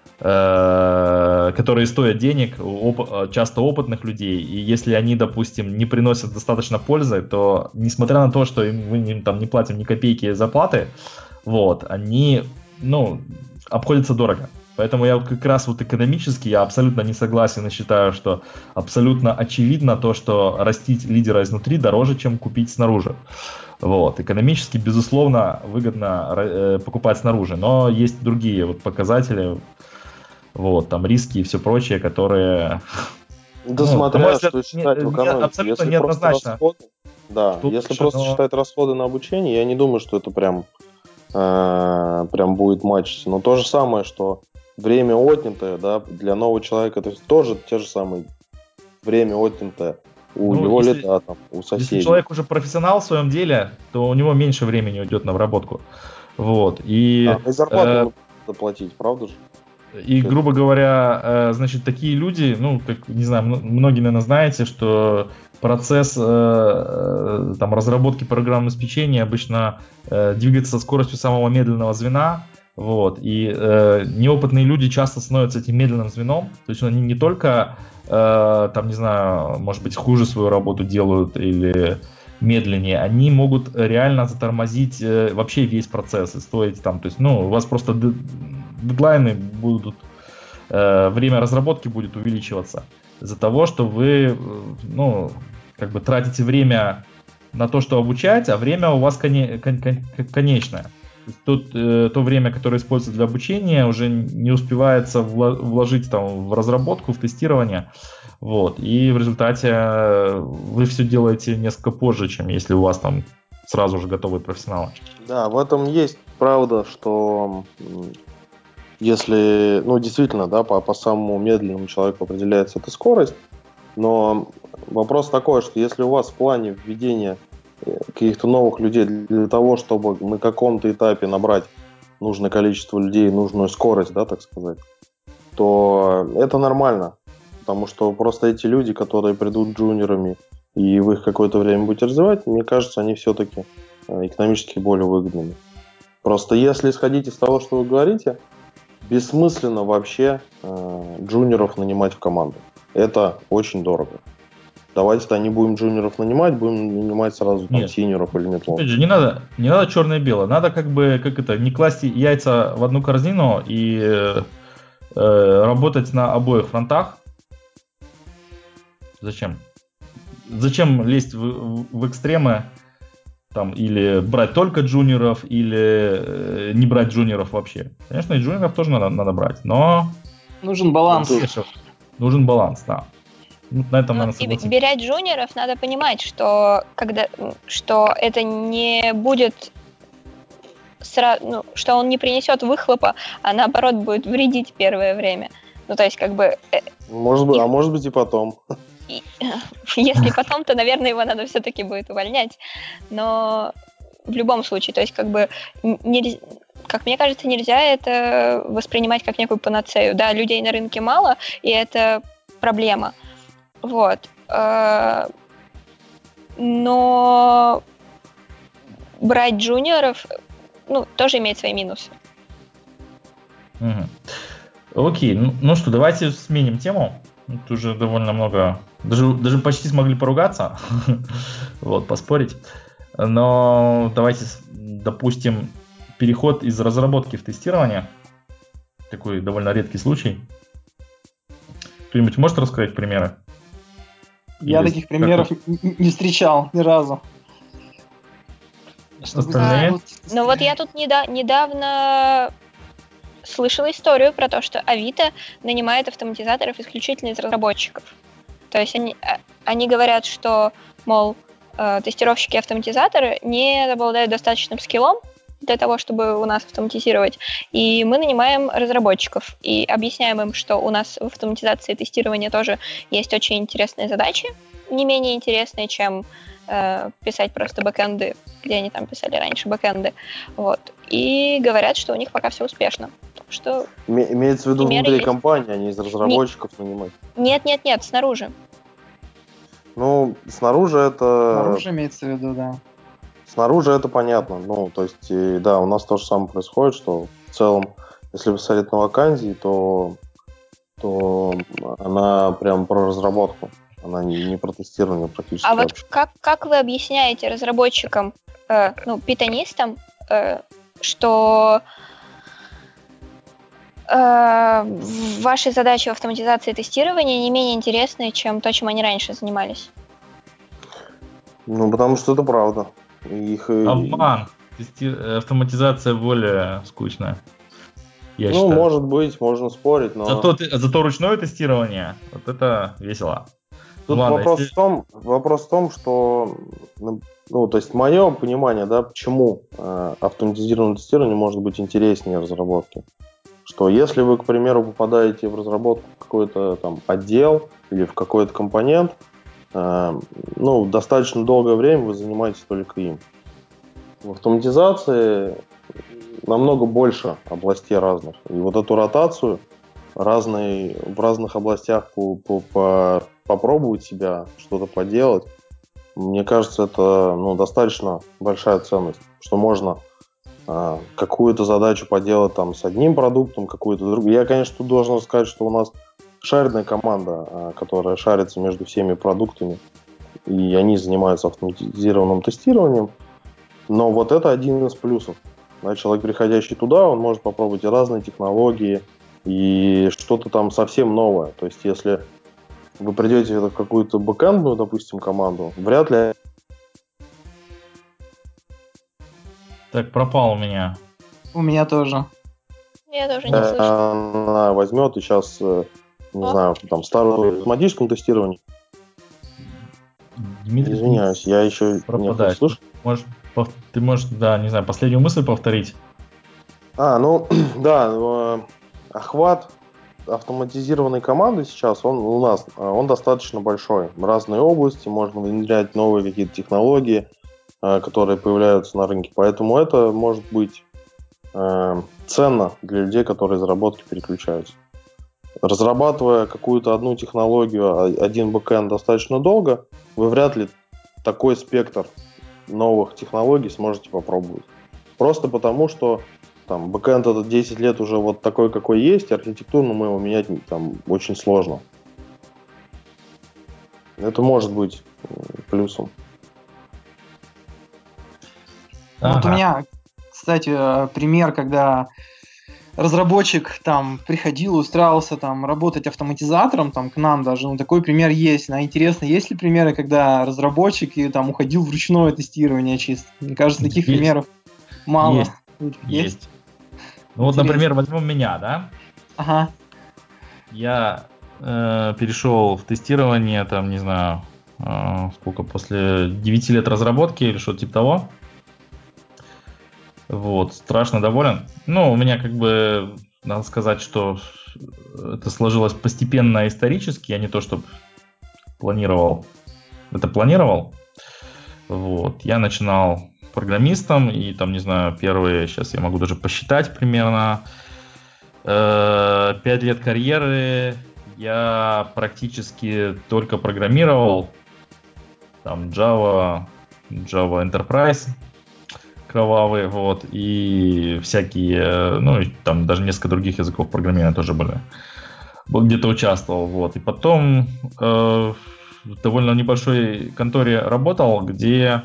э, которые стоят денег, у оп- часто опытных людей, и если они, допустим, не приносят достаточно пользы, то, несмотря на то, что им, мы им там не платим ни копейки зарплаты, вот, они, ну, обходятся дорого. Поэтому я вот как раз вот экономически я абсолютно не согласен и считаю, что абсолютно очевидно то, что растить лидера изнутри дороже, чем купить снаружи. Вот. Экономически, безусловно, выгодно э, покупать снаружи, но есть другие вот показатели, вот, там риски и все прочее, которые, Да, ну, на мой смотря взгляд, что не- считать в не- абсолютно абсолютно Если просто неоднозначно. расходы, да, Что если лучше, просто но считать расходы на обучение, я не думаю, что это прям, э, прям будет матчиться. Но то же самое, что время отнятое, да, для нового человека, это тоже те же самые время отнятое у ну, его если, лета, там, у если соседей. человек уже профессионал в своем деле, то у него меньше времени уйдет на вработку. Вот. Да, И, и зарплату э, ему заплатить, правда же? и грубо говоря, э, значит, такие люди, ну, как, не знаю, м- многие, наверное, знаете, что процесс э, э, там, разработки программного обеспечения обычно э, двигается со скоростью самого медленного звена. Вот. И э, неопытные люди часто становятся этим медленным звеном. То есть они не только, э, там, не знаю, может быть, хуже свою работу делают или медленнее, они могут реально затормозить э, вообще весь процесс и стоить там, то есть, ну, у вас просто д- дедлайны будут, э, время разработки будет увеличиваться из-за того, что вы, э, ну, как бы тратите время на то, что обучать, а время у вас коне- кон- кон- конечное. То есть тут, э, то время, которое используется для обучения, уже не успевается вла- вложить там в разработку, в тестирование. Вот. И в результате вы все делаете несколько позже, чем если у вас там сразу же готовые профессионалы. Да, в этом есть правда, что если, ну, действительно, да, по, по самому медленному человеку определяется эта скорость, но вопрос такой, что если у вас в плане введения каких-то новых людей для того, чтобы на каком-то этапе набрать нужное количество людей, нужную скорость, да, так сказать, то это нормально, потому что просто эти люди, которые придут джуниорами, и вы их какое-то время будете развивать, мне кажется, они все-таки экономически более выгодными. Просто если исходить из того, что вы говорите, бессмысленно вообще э, джуниоров нанимать в команду. Это очень дорого. Давайте-то не будем джуниоров нанимать, будем нанимать сразу там Нет. синьоров или метлов. Опять же, не надо, не надо черное и белое. Надо как бы, как это, не класть яйца в одну корзину и э, э, работать на обоих фронтах. Зачем? Зачем лезть в, в, в экстремы там, или брать только джуниоров, или э, не брать джуниоров вообще? Конечно, и джуниоров тоже надо, надо брать, но Нужен баланс. нужен баланс, да. Ну, на этом, Ну, наверное, и согласимся. беря джуниоров, надо понимать, что когда, что это не будет сра- ну, что он не принесет выхлопа, а наоборот будет вредить первое время. Ну, то есть, как бы... э, Может быть, и- а может быть и потом. и- Если потом, то, наверное, его надо все-таки будет увольнять. Но в любом случае, то есть, как бы, н- нельз- как мне кажется, нельзя это воспринимать как некую панацею. Да, людей на рынке мало, и это проблема. Вот. Э, Но брать джуниоров, ну, тоже имеет свои минусы. Угу. Окей, ну, ну что, давайте сменим тему. Тут уже довольно много, даже, даже почти смогли поругаться, вот, поспорить. Но давайте, допустим, переход из разработки в тестирование. Такой довольно редкий случай. Кто-нибудь может рассказать примеры? Я Или таких примеров как н- не встречал ни разу. остальные? Ну вот я тут неда- недавно слышала историю про то, что Авито нанимает автоматизаторов исключительно из разработчиков. То есть они, а, они говорят, что, мол, э, тестировщики-автоматизаторы не обладают достаточным скиллом для того, чтобы у нас автоматизировать, и мы нанимаем разработчиков и объясняем им, что у нас в автоматизации тестирования тоже есть очень интересные задачи, не менее интересные, чем э, писать просто бэкэнды, где они там писали раньше бэкэнды, вот, и говорят, что у них пока все успешно. Что Име- Имеется в виду примеры внутри есть. компании, а не из разработчиков нанимать. Нет, нет, нет, снаружи. Ну, снаружи это... Снаружи имеется в виду, да. Снаружи это понятно. Ну, то есть, и, да, у нас то же самое происходит, что в целом, если посмотреть на вакансии, то, то она прям про разработку. Она не, не про тестирование практически А вот вообще. как, как вы объясняете разработчикам, э, ну, питонистам, э, что э, ваши задачи в автоматизации тестирования не менее интересные, чем то, чем они раньше занимались? Ну, потому что это правда. Их, и- Обман. Тести- Автоматизация более скучная, я ну, считаю. может быть, можно спорить, но... Зато, ты- зато ручное тестирование, вот это весело. Ну Тут ладно, вопрос, если... в том, вопрос в том, что, ну, то есть мое понимание, да, почему э, автоматизированное тестирование может быть интереснее разработки. Что если вы, к примеру, попадаете в разработку в какой-то там отдел или в какой-то компонент, э, ну, достаточно долгое время вы занимаетесь только им. В автоматизации намного больше областей разных. И вот эту ротацию разные, в разных областях по, по, по, попробовать себя, что-то поделать, мне кажется, это ну, достаточно большая ценность, что можно а, какую-то задачу поделать там с одним продуктом, какую-то другую. Я, конечно, тут должен сказать, что у нас шаренная команда, а, которая шарится между всеми продуктами, и они занимаются автоматизированным тестированием, но вот это один из плюсов. Да, человек, приходящий туда, он может попробовать и разные технологии, и что-то там совсем новое. То есть, если вы придете в какую-то бэкэндную, допустим, команду, вряд ли Так, пропал у меня. У меня тоже. Я тоже не слышу. она возьмет и сейчас не О. знаю, там, старом автоматическом тестировании. Дмитрий, ты Извиняюсь, я еще не пропадаешь. слышу. Можешь, пов- ты можешь, да, не знаю, последнюю мысль повторить? А, ну, да, э, охват автоматизированной команды сейчас, он у нас, э, он достаточно большой. В разные области можно внедрять новые какие-то технологии, э, которые появляются на рынке. Поэтому это может быть э, ценно для людей, которые из разработки переключаются. Разрабатывая какую-то одну технологию, а- один бэкэнд достаточно долго, вы вряд ли такой спектр новых технологий сможете попробовать. Просто потому, что там бэкэнд этот десять лет уже вот такой, какой есть, архитектурно мы его менять там очень сложно. Это может быть м, плюсом. Ну, вот у Ага. меня, кстати, э, пример, когда разработчик там приходил, устраивался там работать автоматизатором, там к нам даже, ну, такой пример есть. Но интересно, есть ли примеры, когда разработчик и там уходил в ручное тестирование чисто? Мне кажется, таких Есть. примеров мало. Есть. Есть. Ну вот, Интересно. например, возьмем меня, да? Ага. Я э, перешел в тестирование, там, не знаю, э, сколько, после девяти лет разработки или что-то типа того. Вот, страшно доволен. Ну, у меня как бы, надо сказать, что это сложилось постепенно исторически, а не то, что планировал. Это планировал. Вот, я начинал программистом, и там, не знаю, первые, сейчас я могу даже посчитать примерно, э, пять лет карьеры я практически только программировал. Там Java, Java Enterprise кровавые, вот, и всякие, ну, и там даже несколько других языков программирования тоже были. Вот где-то участвовал, вот. И потом э, в довольно небольшой конторе работал, где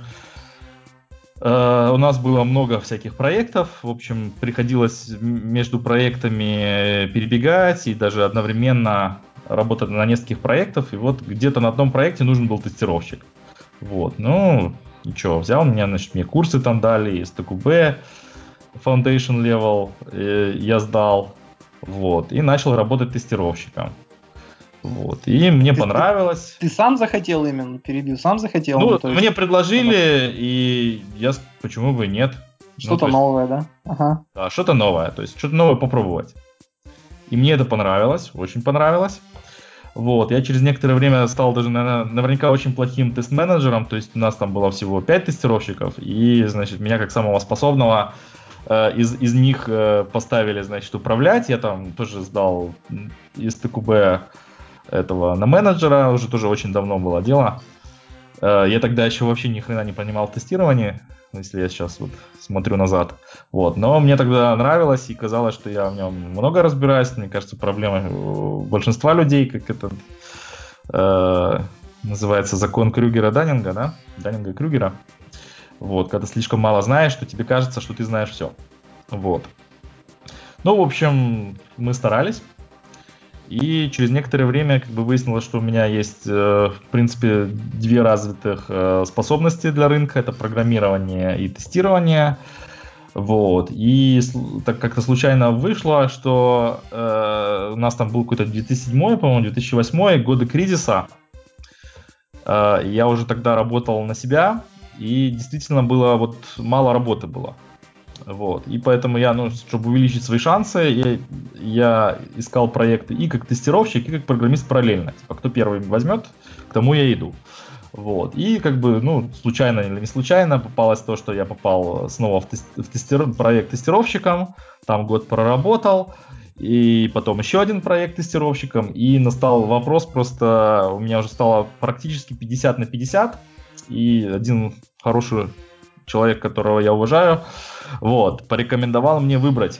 э, у нас было много всяких проектов. В общем, приходилось между проектами перебегать и даже одновременно работать на нескольких проектах. И вот где-то на одном проекте нужен был тестировщик. Вот, ну, и что, взял меня, значит, мне курсы там дали, эс тэ ку бэ, Foundation Level, э, я сдал, вот, и начал работать тестировщиком. Вот, и мне Ты, ты, понравилось. ты сам захотел именно, перебил, сам захотел? Ну, Ну, то есть, мне предложили, и я, с- почему бы и нет. Ну, что-то то есть, новое, да? Ага. да, что-то новое, то есть, что-то новое попробовать. И мне это понравилось, очень понравилось. Вот, я через некоторое время стал даже, наверное, наверняка очень плохим тест-менеджером, то есть у нас там было всего пять тестировщиков, и, значит, меня как самого способного э, из, из них э, поставили, значит, управлять. Я там тоже сдал из тэ ку бэ этого на менеджера, уже тоже очень давно было дело. Э, я тогда еще вообще ни хрена не понимал в тестировании, если я сейчас вот смотрю назад. Вот. Но мне тогда нравилось и казалось, что я в нем много разбираюсь. Мне кажется, проблема у большинства людей, как это э, называется, закон Крюгера-Даннинга, да? Даннинга-Крюгера. Вот, когда слишком мало знаешь, то тебе кажется, что ты знаешь все. Вот. Ну, в общем, мы старались. И через некоторое время как бы выяснилось, что у меня есть, э, в принципе, две развитых э, способности для рынка. Это программирование и тестирование. Вот. И сл- так как-то случайно вышло, что э, у нас там был какой-то две тысячи седьмой, по-моему, две тысячи восьмой, годы кризиса. Э, я уже тогда работал на себя, и действительно было вот мало работы было. Вот. И поэтому я, ну, чтобы увеличить свои шансы, я, я искал проекты и как тестировщик, и как программист параллельно. Типа, кто первый возьмет, к тому я иду. Вот. И как бы, ну, случайно или не случайно попалось то, что я попал снова в, тест, в тестир, проект тестировщиком, там год проработал, и потом еще один проект тестировщиком, и настал вопрос просто, у меня уже стало практически пятьдесят на пятьдесят, и один хороший человек, которого я уважаю, вот, порекомендовал мне выбрать,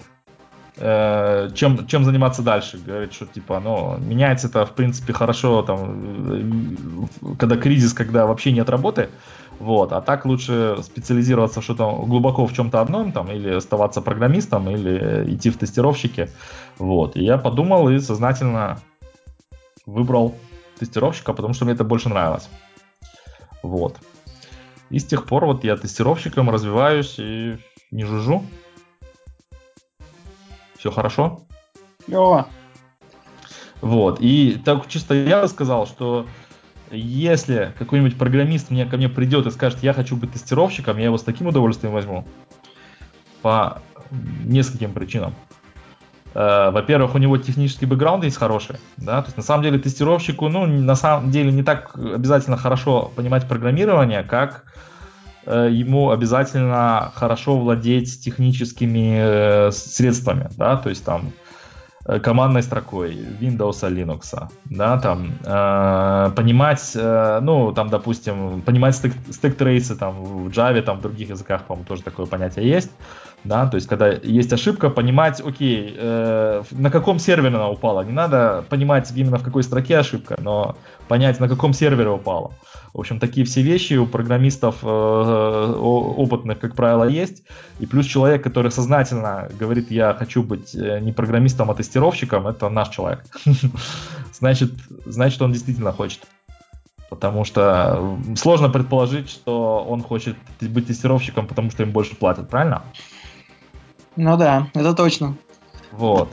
э, чем, чем заниматься дальше. Говорит, что типа, ну, меняется это, в принципе, хорошо, там, э, когда кризис, когда вообще нет работы, вот, а так лучше специализироваться что-то глубоко в чем-то одном, там, или оставаться программистом, или идти в тестировщики, вот. И я подумал и сознательно выбрал тестировщика, потому что мне это больше нравилось, вот. И с тех пор вот я тестировщиком развиваюсь и не жужжу. Все хорошо? Клево. Вот. И так чисто я бы сказал, что если какой-нибудь программист мне, ко мне придет и скажет, я хочу быть тестировщиком, я его с таким удовольствием возьму. По нескольким причинам. Э, во-первых, у него технический бэкграунд есть хороший, да, то есть на самом деле тестировщику, ну, на самом деле не так обязательно хорошо понимать программирование, как э, ему обязательно хорошо владеть техническими э, средствами, да, то есть там э, командной строкой Windows, Linux, да, там э, понимать, э, ну, там, допустим, понимать стек, стек-трейсы там в Java, там в других языках, по-моему, тоже такое понятие есть. Да, то есть, когда есть ошибка, понимать, окей, э, на каком сервере она упала. Не надо понимать именно в какой строке ошибка, но понять, на каком сервере упала. В общем, такие все вещи у программистов э, опытных, как правило, есть. И плюс человек, который сознательно говорит, я хочу быть не программистом, а тестировщиком, это наш человек. Значит, значит, он действительно хочет. Потому что сложно предположить, что он хочет быть тестировщиком, потому что им больше платят, правильно? Ну да, это точно. Вот.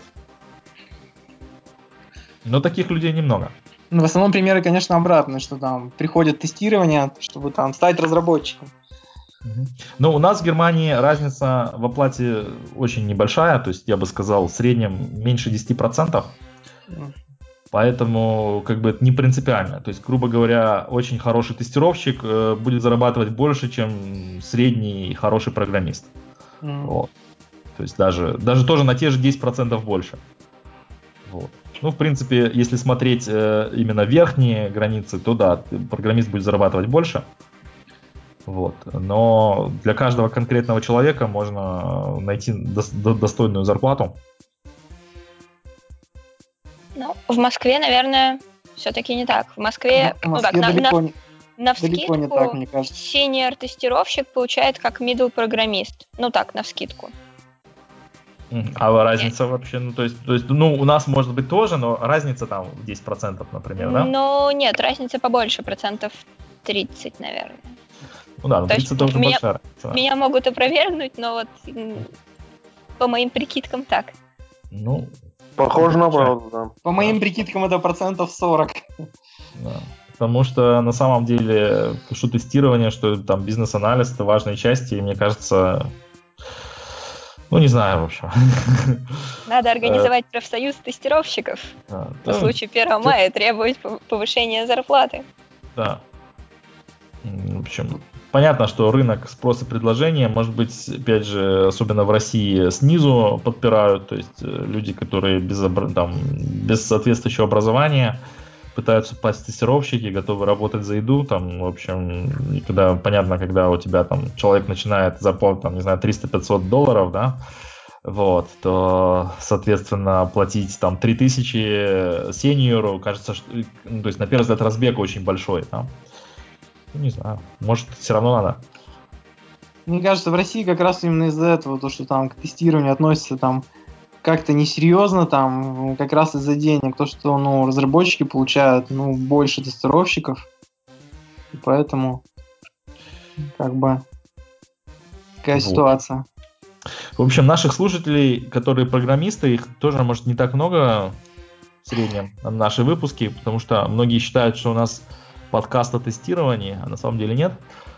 Но таких людей немного. Ну, в основном примеры, конечно, обратные, что там приходит тестирование, чтобы там стать разработчиком. Ну, у нас в Германии разница в оплате очень небольшая, то есть я бы сказал, в среднем меньше десять процентов. Mm. Поэтому как бы это не принципиально. То есть, грубо говоря, очень хороший тестировщик э, будет зарабатывать больше, чем средний хороший программист. Mm. Вот. То есть даже, даже тоже на те же десять процентов больше. Вот. Ну, в принципе, если смотреть э, именно верхние границы, то да, программист будет зарабатывать больше. Вот. Но для каждого конкретного человека можно найти до- достойную зарплату. Ну, в Москве, наверное, все-таки не так. В Москве, В ну так, Москве на, далеко, на, не, навскидку далеко не так, мне кажется. синьор-тестировщик получает как middle-программист. Ну так, навскидку. А разница вообще, ну то есть, то есть, ну у нас может быть тоже, но разница там в десять процентов, например, да? Ну нет, разница побольше, процентов тридцать, наверное. Ну да, ну То тридцать есть это уже меня, большая разница. меня могут опровергнуть, но вот по моим прикидкам так. Ну, похоже на правду, да. По моим прикидкам это процентов сорок. Да. Потому что на самом деле, что тестирование, что там бизнес-анализ, это важные части, и мне кажется, ну не знаю, в общем. Надо организовать профсоюз тестировщиков Да, по да, случаю первого мая требовать повышения зарплаты. Да. В общем, понятно, что рынок спроса и предложения, может быть, опять же, особенно в России, снизу подпирают, то есть люди, которые без, обра- там, без соответствующего образования пытаются попасть в тестировщики, готовы работать за еду, там, в общем, и когда, понятно, когда у тебя там человек начинает зарплату, там, не знаю, триста-пятьсот долларов, да, вот, то, соответственно, платить там три тысячи сеньору, кажется, что, ну, то есть, на первый взгляд, разбег очень большой, да. Ну, не знаю, может, все равно надо. Мне кажется, в России как раз именно из-за этого, то, что там к тестированию относятся там как-то несерьезно, там как раз из-за денег, то, что ну, разработчики получают ну, больше тестировщиков, и поэтому как бы такая Вот. ситуация. В общем, наших слушателей, которые программисты, их тоже, может, не так много в среднем на наши выпуски, потому что многие считают, что у нас подкаст о тестировании, а на самом деле нет.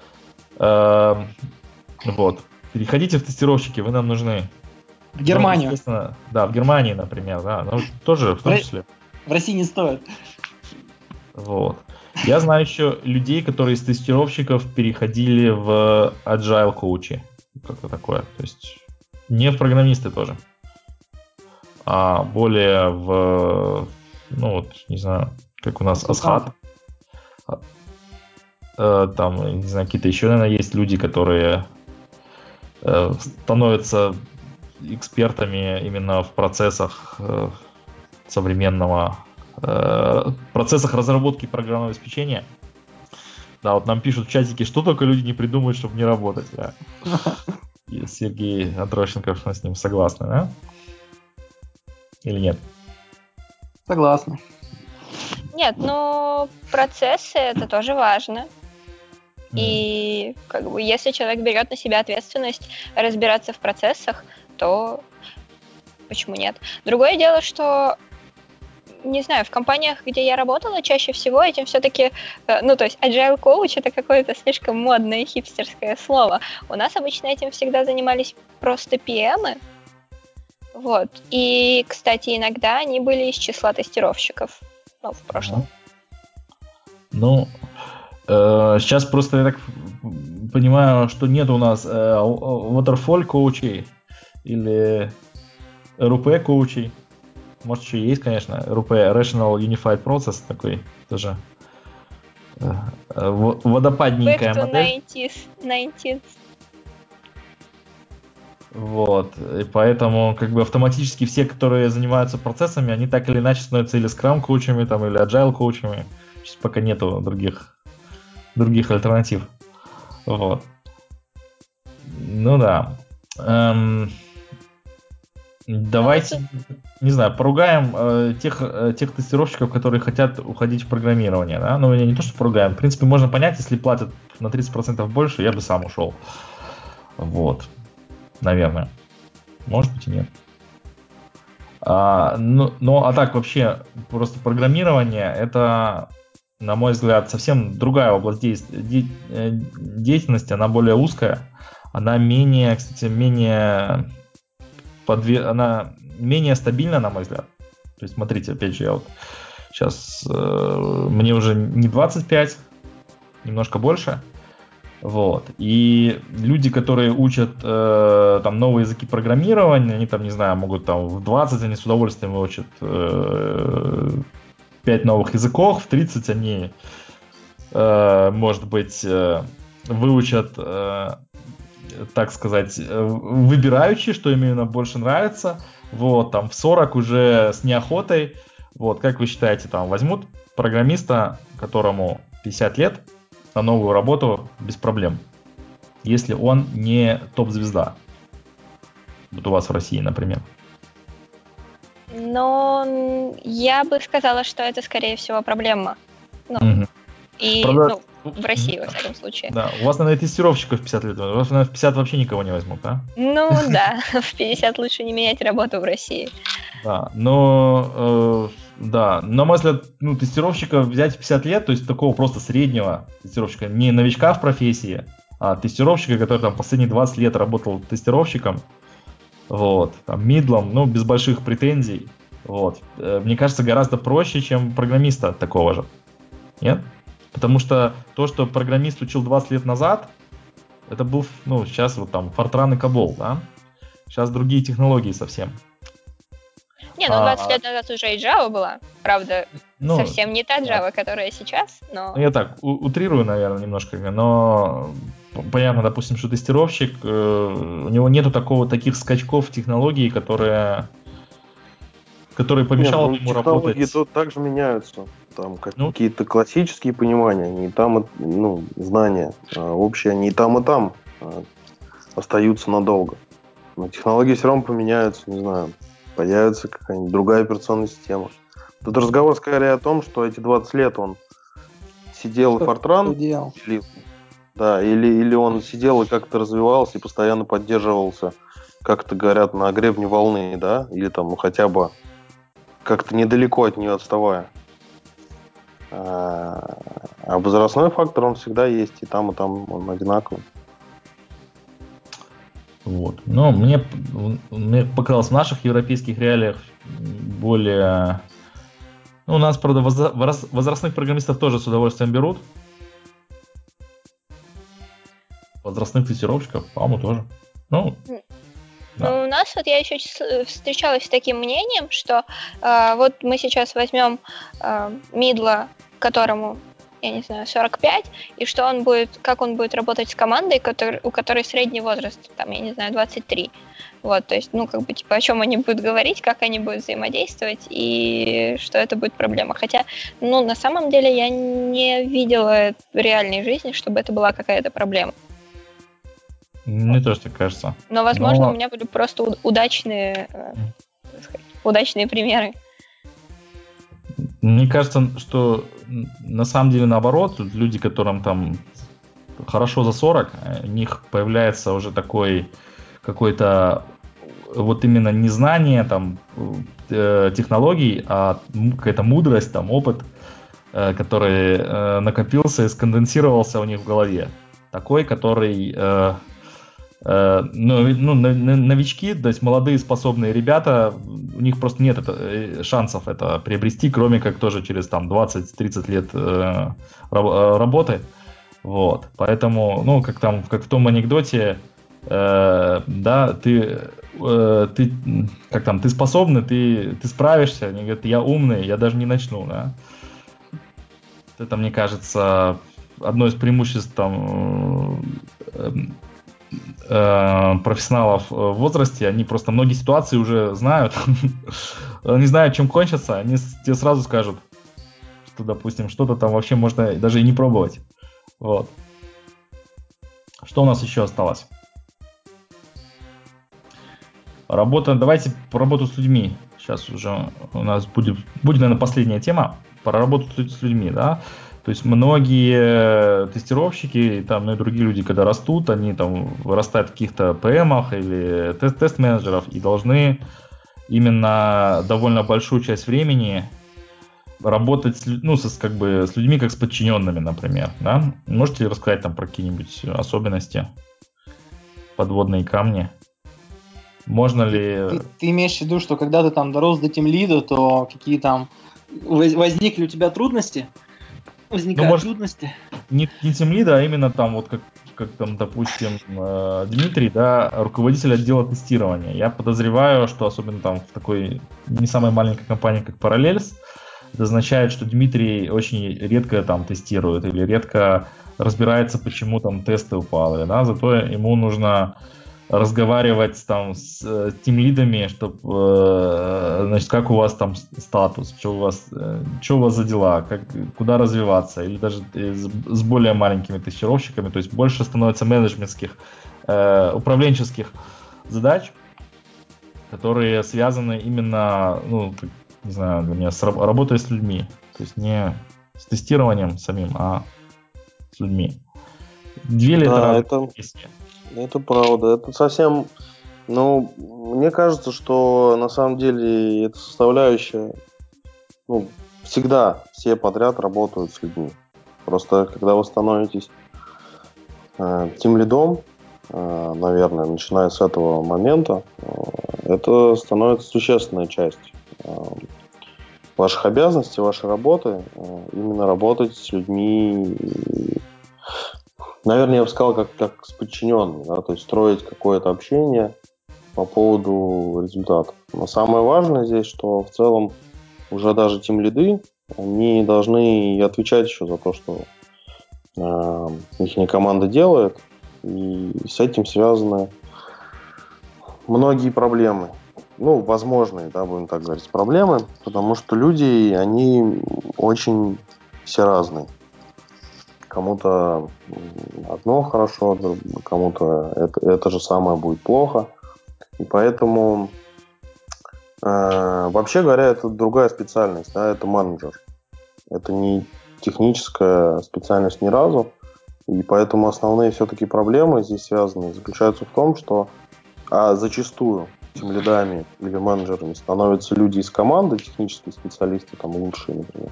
Эм, Вот. Переходите в тестировщики, вы нам нужны. В Германию. Ну, естественно, да, в Германии, например, да, ну, тоже в том числе. В России не стоит. Вот. Я знаю еще людей, которые из тестировщиков переходили в agile коучи. Как-то такое. То есть не в программисты тоже, а более в, ну вот, не знаю, как у нас Асхат. Э, Там, не знаю, какие-то еще, наверное, есть люди, которые э, становятся экспертами именно в процессах э, современного, э, процессах разработки программного обеспечения. Да, вот нам пишут в чатике, что только люди не придумают, чтобы не работать. Да. И Сергей Андрощенков с ним согласны, да? Или нет? Согласна. Нет, но процессы это тоже важно. И как бы если человек берет на себя ответственность разбираться в процессах, то почему нет? Другое дело, что не знаю, в компаниях, где я работала, чаще всего этим все-таки, ну, то есть agile coach это какое-то слишком модное хипстерское слово. У нас обычно этим всегда занимались просто пи эм-ы. Вот. И, кстати, иногда они были из числа тестировщиков. Ну, в прошлом. Ну, э, сейчас просто я так понимаю, что нет у нас э, waterfall коучей или эр ю пи коучей. Может, еще есть, конечно, эр ю пи, Rational Unified Process такой тоже э, водопадненькая Back to модель. nineties. Вот, и поэтому как бы автоматически все, которые занимаются процессами, они так или иначе становятся или скрам-коучами, там, или agile-коучами. Сейчас пока нету других, других альтернатив. Вот. Ну да. Эм, давайте, не знаю, поругаем э, тех, э, тех тестировщиков, которые хотят уходить в программирование. Да? Ну, не то, что поругаем. В принципе, можно понять, если платят на тридцать процентов больше, я бы сам ушел. Вот. Наверное. Может быть и нет. А, ну, ну, а так вообще, просто программирование — это, на мой взгляд, совсем другая область де- де- деятельности, она более узкая, она менее, кстати, менее подве... она менее стабильна, на мой взгляд. То есть, смотрите, опять же, я вот сейчас, э, мне уже не двадцать пять, немножко больше. Вот. И люди, которые учат э, там новые языки программирования, они там, не знаю, могут там в двадцать они с удовольствием учат э, пять новых языков, в тридцать они, э, может быть, э, выучат, э, так сказать, выбираючи, что им именно больше нравится. Вот, там в сорок уже с неохотой. Вот, как вы считаете, там возьмут программиста, которому пятьдесят лет, на новую работу без проблем, если он не топ-звезда? Вот у вас в России, например. Но я бы сказала, что это, скорее всего, проблема. Ну, угу. и Правда, ну, в России, во всяком случае. Да, у вас, наверное, тестировщиков пятьдесят лет, у вас, наверное, в пятьдесят вообще никого не возьмут, да? Ну да, в пятьдесят лучше не менять работу в России. Да, но, э, да, на мой взгляд, ну, тестировщика взять в пятьдесят лет, то есть такого просто среднего тестировщика, не новичка в профессии, а тестировщика, который там последние двадцать лет работал тестировщиком, вот, там, мидлом, ну, без больших претензий, вот, э, мне кажется, гораздо проще, чем программиста такого же, нет? Потому что то, что программист учил двадцать лет назад, это был, ну, сейчас вот там Fortran и Cobol, да? Сейчас другие технологии совсем. Не, ну двадцать а, лет назад уже и Java была, правда, ну, совсем не та Java, да, которая сейчас, но... Ну, я так, у- утрирую, наверное, немножко, но понятно, допустим, что тестировщик, э, у него нету такого, таких скачков технологий, которые, которые помешало Нет, ну, ему технологии работать. тут также меняются. Там Ну, какие-то классические понимания, они и там, и- ну, знания а, общие, они и там, и там а, остаются надолго. Но технологии все равно поменяются, не знаю, появится какая-нибудь другая операционная система. Тут разговор скорее о том, что эти двадцать лет он сидел и Fortran пилил, да, или, или он сидел и как-то развивался и постоянно поддерживался, как это говорят, на гребне волны, да, или там ну, хотя бы как-то недалеко от нее отставая. А, а возрастной фактор, он всегда есть, и там, и там он одинаковый. вот. Но мне, мне показалось, в наших европейских реалиях более... Ну, у нас, правда, возра- возрастных программистов тоже с удовольствием берут. Возрастных тестировщиков, по-моему, тоже. Ну, да. Ну, у нас вот я еще встречалась с таким мнением, что э, вот мы сейчас возьмем э, мидла, которому, я не знаю, сорок пять, и что он будет, как он будет работать с командой, который, у которой средний возраст, там, я не знаю, двадцать три. Вот, то есть, ну, как бы, типа, о чем они будут говорить, как они будут взаимодействовать, и что это будет проблема. Хотя, ну, на самом деле я не видела в реальной жизни, чтобы это была какая-то проблема. Мне тоже так кажется. Но, возможно, Но... у меня были просто удачные, так сказать, удачные примеры. Мне кажется, что на самом деле наоборот, люди, которым там хорошо за сорок, у них появляется уже такой какой-то вот именно незнание, там, э, технологий, а какая-то мудрость, там, опыт, э, который э, накопился и сконденсировался у них в голове. Такой, который... Э, э, ну, ну, новички, то есть молодые способные ребята, у них просто нет это, шансов это приобрести, кроме как тоже через там двадцать-тридцать лет э, работы. Вот, поэтому, ну, как там, как в том анекдоте, э, да, ты, э, ты, как там, ты способный, ты, ты справишься. Они говорят, я умный, я даже не начну, да. Это, мне кажется, одно из преимуществ там э, э, профессионалов в возрасте. Они просто многие ситуации уже знают, они знают, чем кончатся, они тебе сразу скажут, что, допустим, что-то там вообще можно даже и не пробовать. Вот. Что у нас еще осталось? Работа, давайте про работу с людьми. Сейчас уже у нас будет, будет, наверное, последняя тема про работу с людьми, да. То есть многие тестировщики, там, ну и другие люди, когда растут, они там вырастают в каких-то пи эм-ах или тест- тест-менеджеров и должны именно довольно большую часть времени работать с, ну, с, как бы, с людьми, как с подчиненными, например, да? Можете рассказать там про какие-нибудь особенности, подводные камни? Можно ли... Ты, ты имеешь в виду, что когда ты там дорос до тимлида, то какие там возникли у тебя трудности? Возникают ну, может, трудности? Не, не тимлида, а именно там вот как, как там, допустим, э, Дмитрий, да, руководитель отдела тестирования. Я подозреваю, что особенно там в такой не самой маленькой компании, как Parallels, это означает, что Дмитрий очень редко там тестирует или редко разбирается, почему там тесты упали, да, зато ему нужно разговаривать там с э, тимлидами, чтобы, э, значит, как у вас там статус, что у вас, э, что у вас за дела, как, куда развиваться, или даже с, с более маленькими тестировщиками, то есть больше становится менеджментских, э, управленческих задач, которые связаны именно, ну, не знаю, для меня с работой с людьми, то есть не с тестированием самим, а с людьми. Две ли да, это разные песни? Это правда, это совсем, ну, мне кажется, что на самом деле это составляющая, ну, всегда все подряд работают с людьми. Просто когда вы становитесь э, тимлидом, э, наверное, начиная с этого момента, э, это становится существенной частью э, ваших обязанностей, вашей работы, э, именно работать с людьми. Наверное, я бы сказал, как, как с подчиненными, да, то есть строить какое-то общение по поводу результатов. Но самое важное здесь, что в целом уже даже тимлиды, они должны отвечать еще за то, что э, их команда делает, и с этим связаны многие проблемы. Ну, возможные, да, будем так говорить, проблемы, потому что люди, они очень все разные. Кому-то одно хорошо, кому-то это, это же самое будет плохо. И поэтому, э, вообще говоря, это другая специальность, да, это менеджер. Это не техническая специальность ни разу. И поэтому основные все-таки проблемы здесь связаны заключаются в том, что а зачастую тимлидами или менеджерами становятся люди из команды, технические специалисты, там лучшие, например.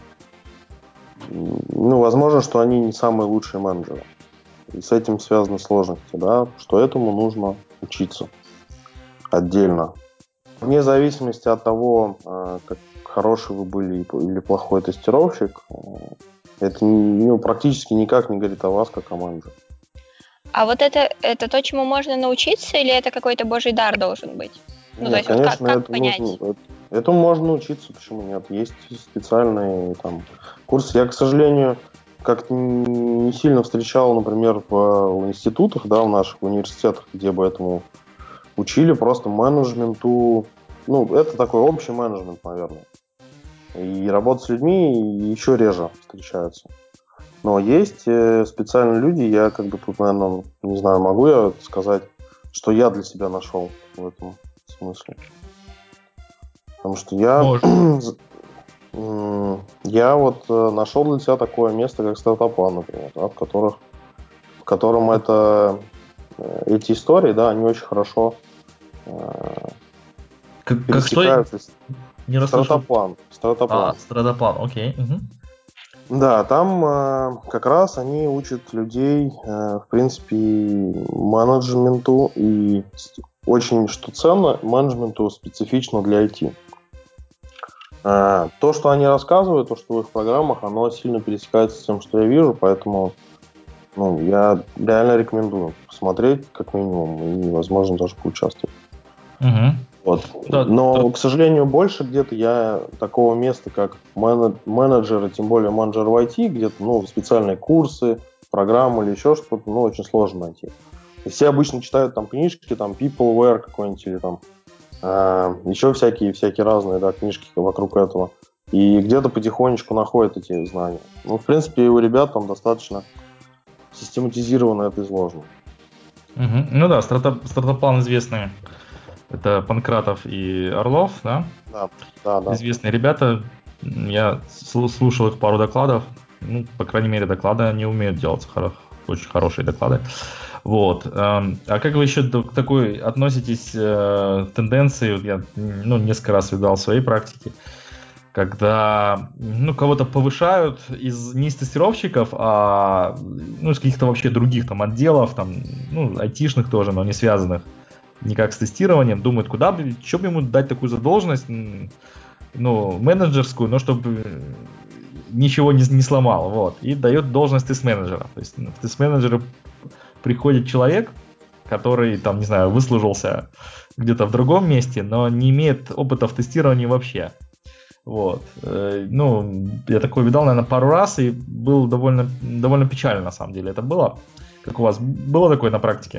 Ну, возможно, что они не самые лучшие менеджеры. И с этим связаны сложности, да, что этому нужно учиться отдельно. Вне зависимости от того, как хороший вы были или плохой тестировщик, это ну, практически никак не говорит о вас как о менеджере. А вот это, это то, чему можно научиться, или это какой-то божий дар должен быть? Ну, нет, то есть, конечно, вот как, как это понять? нужно, этому можно научиться, почему нет? Есть специальные там курсы. Я, к сожалению, как-то не сильно встречал, например, в институтах, да, в наших университетах, где бы этому учили просто менеджменту. Ну, это такой общий менеджмент, наверное. И работа с людьми еще реже встречаются. Но есть специальные люди, я как бы тут, наверное, не знаю, могу я сказать, что я для себя нашел в этом смысле. Потому что я, я вот нашел для себя такое место, как стартап-план, например, да, в, которых, в котором это, эти истории, да, они очень хорошо как, как что? Не расслышал. Стратоплан. Стратоплан. А, стратоплан, окей. Угу. Да, там э, как раз они учат людей, э, в принципе, менеджменту и очень, что ценно, менеджменту специфично для ай ти. Э, то, что они рассказывают, то, что в их программах, оно сильно пересекается с тем, что я вижу, поэтому ну, я реально рекомендую посмотреть, как минимум, и, возможно, даже поучаствовать. Угу. Вот. Да, Но, да. к сожалению, больше где-то я такого места, как менеджер, и тем более менеджер в ай ти, где-то ну, специальные курсы, программы или еще что-то, ну, очень сложно найти. И все обычно читают там книжки, там Peopleware какой-нибудь, или там э, еще всякие, всякие разные да, книжки вокруг этого. И где-то потихонечку находят эти знания. Ну, в принципе, у ребят там достаточно систематизированно это изложено. Угу. Ну да, стартап, стартап-план известный. Это Панкратов и Орлов, да? Да, да, да. Известные ребята. Я слушал их пару докладов. Ну, по крайней мере, доклады они умеют делать. Хоро- очень хорошие доклады. Вот. А как вы еще к такой относитесь э, тенденции? Вот я ну, несколько раз видал в своей практике, когда ну, кого-то повышают из не из тестировщиков, а ну, из каких-то вообще других там отделов, там, ну, айтишных тоже, но не связанных никак с тестированием, думают, куда бы, что бы ему дать такую задолженность, ну, менеджерскую, но чтобы ничего не, не сломал, вот, и дает должность тест-менеджера. То есть в тест-менеджеры приходит человек, который, там, не знаю, выслужился где-то в другом месте, но не имеет опыта в тестировании вообще. Вот. Ну, я такое видал, наверное, пару раз, и было довольно, довольно печально, на самом деле, это было. Как у вас? Было такое на практике?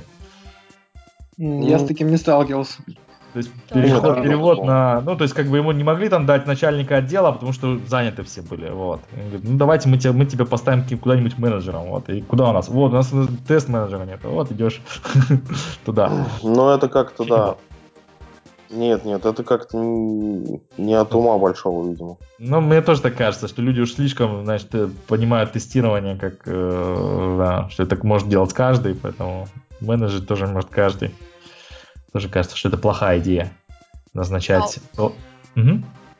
Я с таким не сталкивался. То есть Тоже переход, такое перевод было. на... Ну, то есть как бы ему не могли там дать начальника отдела, потому что заняты все были, вот. И он говорит, ну, давайте мы тебя, мы тебя поставим куда-нибудь менеджером, вот. И куда у нас? Вот, у нас тест-менеджера нет, вот, идешь туда. Ну, это как-то, Вообще не да. было. Нет, нет, это как-то не, не от ума большого, видимо. Ну, мне тоже так кажется, что люди уж слишком, значит, понимают тестирование, как, э, да, что это может делать каждый, поэтому менеджер тоже может каждый. Тоже кажется, что это плохая идея назначать. Вау. О, угу.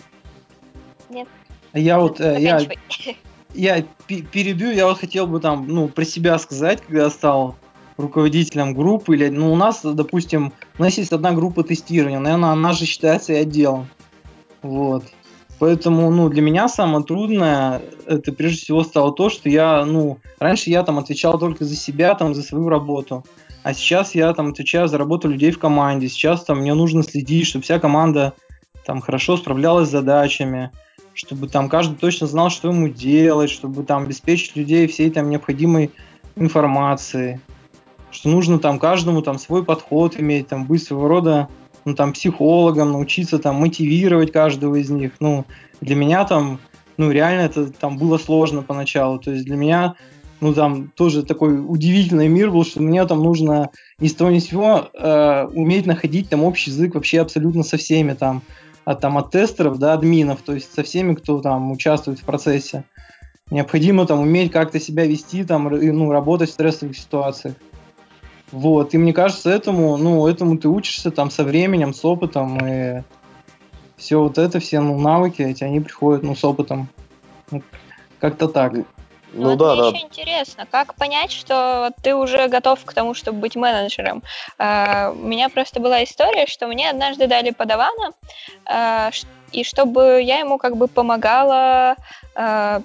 Нет, Я вот, э, я, заканчивай. я пе- перебью, я вот хотел бы там, ну, про себя сказать, когда я стал руководителем группы, или, ну, у нас, допустим, у нас есть одна группа тестирования, наверное, она же считается и отделом, вот. Поэтому, ну, для меня самое трудное, это прежде всего стало то, что я, ну, раньше я там отвечал только за себя, там, за свою работу, а сейчас я там отвечаю за работу людей в команде, сейчас там мне нужно следить, чтобы вся команда там хорошо справлялась с задачами, чтобы там каждый точно знал, что ему делать, чтобы там обеспечить людей всей там необходимой информацией, что нужно там каждому там свой подход иметь, там быть своего рода ну, там, психологом, научиться там мотивировать каждого из них. Ну, для меня там, ну, реально это там было сложно поначалу. То есть для меня, ну, там тоже такой удивительный мир был, что мне там нужно ни с того ни с сего э, уметь находить там общий язык вообще абсолютно со всеми там, от, там, от тестеров до админов, то есть со всеми, кто там участвует в процессе. Необходимо там уметь как-то себя вести, там, и, ну, работать в стрессовых ситуациях. Вот, и мне кажется, этому, ну, этому ты учишься там со временем, с опытом, и все вот это, все ну, навыки эти, они приходят, ну, с опытом. Вот, как-то так. Ну, Ну, вот да, мне да. еще интересно, как понять, что ты уже готов к тому, чтобы быть менеджером? Uh, у меня просто была история, что мне однажды дали подавана, uh, и чтобы я ему как бы помогала uh,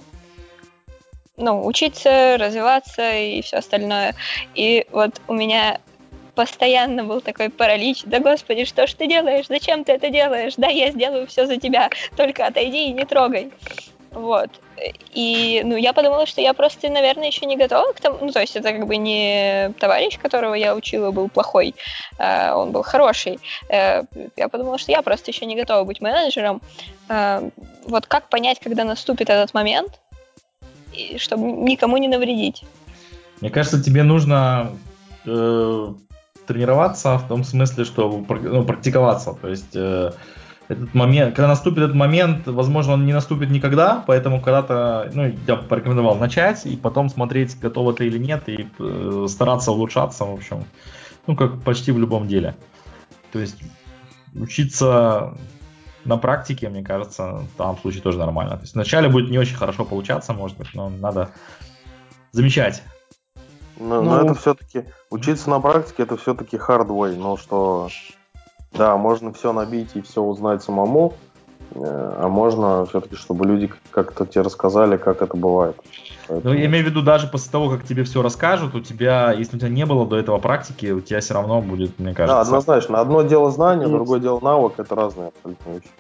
ну, учиться, развиваться и все остальное. И вот у меня постоянно был такой паралич. Да господи, что ж ты делаешь? Зачем ты это делаешь? Да, я сделаю все за тебя, только отойди и не трогай. Вот. И, ну, я подумала, что я просто, наверное, еще не готова к тому. Ну, то есть это как бы не товарищ, которого я учила, был плохой, а он был хороший. Я подумала, что я просто еще не готова быть менеджером. Вот как понять, когда наступит этот момент, чтобы никому не навредить? Мне кажется, тебе нужно э, тренироваться в том смысле, что ну, практиковаться. То есть э, этот момент, когда наступит этот момент, возможно, он не наступит никогда, поэтому когда-то, ну, я бы порекомендовал начать и потом смотреть, готова ты или нет, и э, стараться улучшаться, в общем, ну, как почти в любом деле. То есть учиться на практике, мне кажется, в данном случае тоже нормально. То есть вначале будет не очень хорошо получаться, может быть, но надо замечать. Но, Ну, но это все-таки, учиться на практике, это все-таки hard way, но что, да, можно все набить и все узнать самому, э, а можно все-таки, чтобы люди как-то тебе рассказали, как это бывает. Ну, Поэтому... я имею в виду, даже после того, как тебе все расскажут, у тебя, если у тебя не было до этого практики, у тебя все равно будет, мне Да, кажется... однозначно. Одно дело знание, Есть. другое дело навык, это разные абсолютно вещи.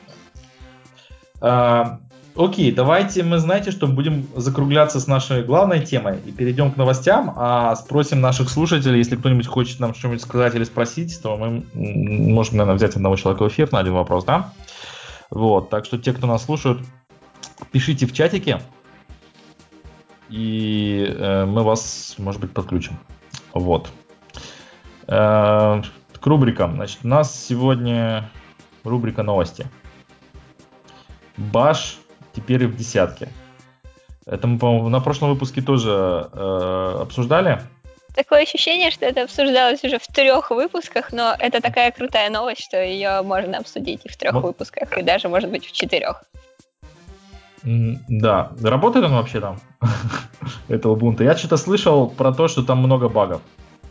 А, окей, давайте мы, знаете, что будем закругляться с нашей главной темой и перейдем к новостям, а спросим наших слушателей, если кто-нибудь хочет нам что-нибудь сказать или спросить, то мы м, можем, наверное, взять одного человека в эфир на один вопрос, да? Вот, так что те, кто нас слушают, пишите в чатике, и э, мы вас, может быть, подключим. Вот. Э, к рубрикам. Значит, у нас сегодня рубрика новости. Баш теперь в десятке. Это мы, по-моему, на прошлом выпуске тоже э, обсуждали. Такое ощущение, что это обсуждалось уже в трех выпусках, но это такая крутая новость, что ее можно обсудить и в трех Ну, выпусках, и даже, может быть, в четырех. м, Да, работает он вообще там, этого бунта? Я что-то слышал про то, что там много багов.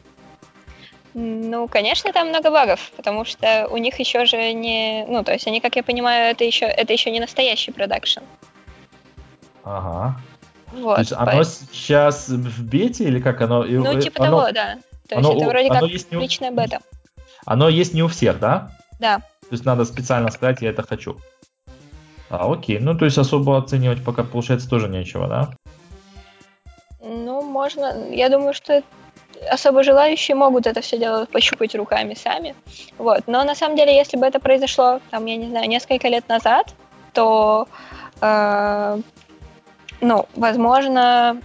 Ну, конечно, там много багов, потому что у них еще же не... Ну, то есть они, как я понимаю, это еще, это еще не настоящий продакшн. Ага. Вот. То есть оно по- сейчас в бете или как оно? И, Ну, э, типа оно, того, да. То есть оно, это у- вроде оно как есть не у, личная бета. оно есть не у всех, да? Да. То есть надо специально сказать, я это хочу. А, окей. Ну, то есть особо оценивать пока, получается, тоже нечего, да? Ну, можно... Я думаю, что особо желающие могут это все дело пощупать руками сами. Вот. Но на самом деле, если бы это произошло, там, я не знаю, несколько лет назад, то, э, ну, возможно,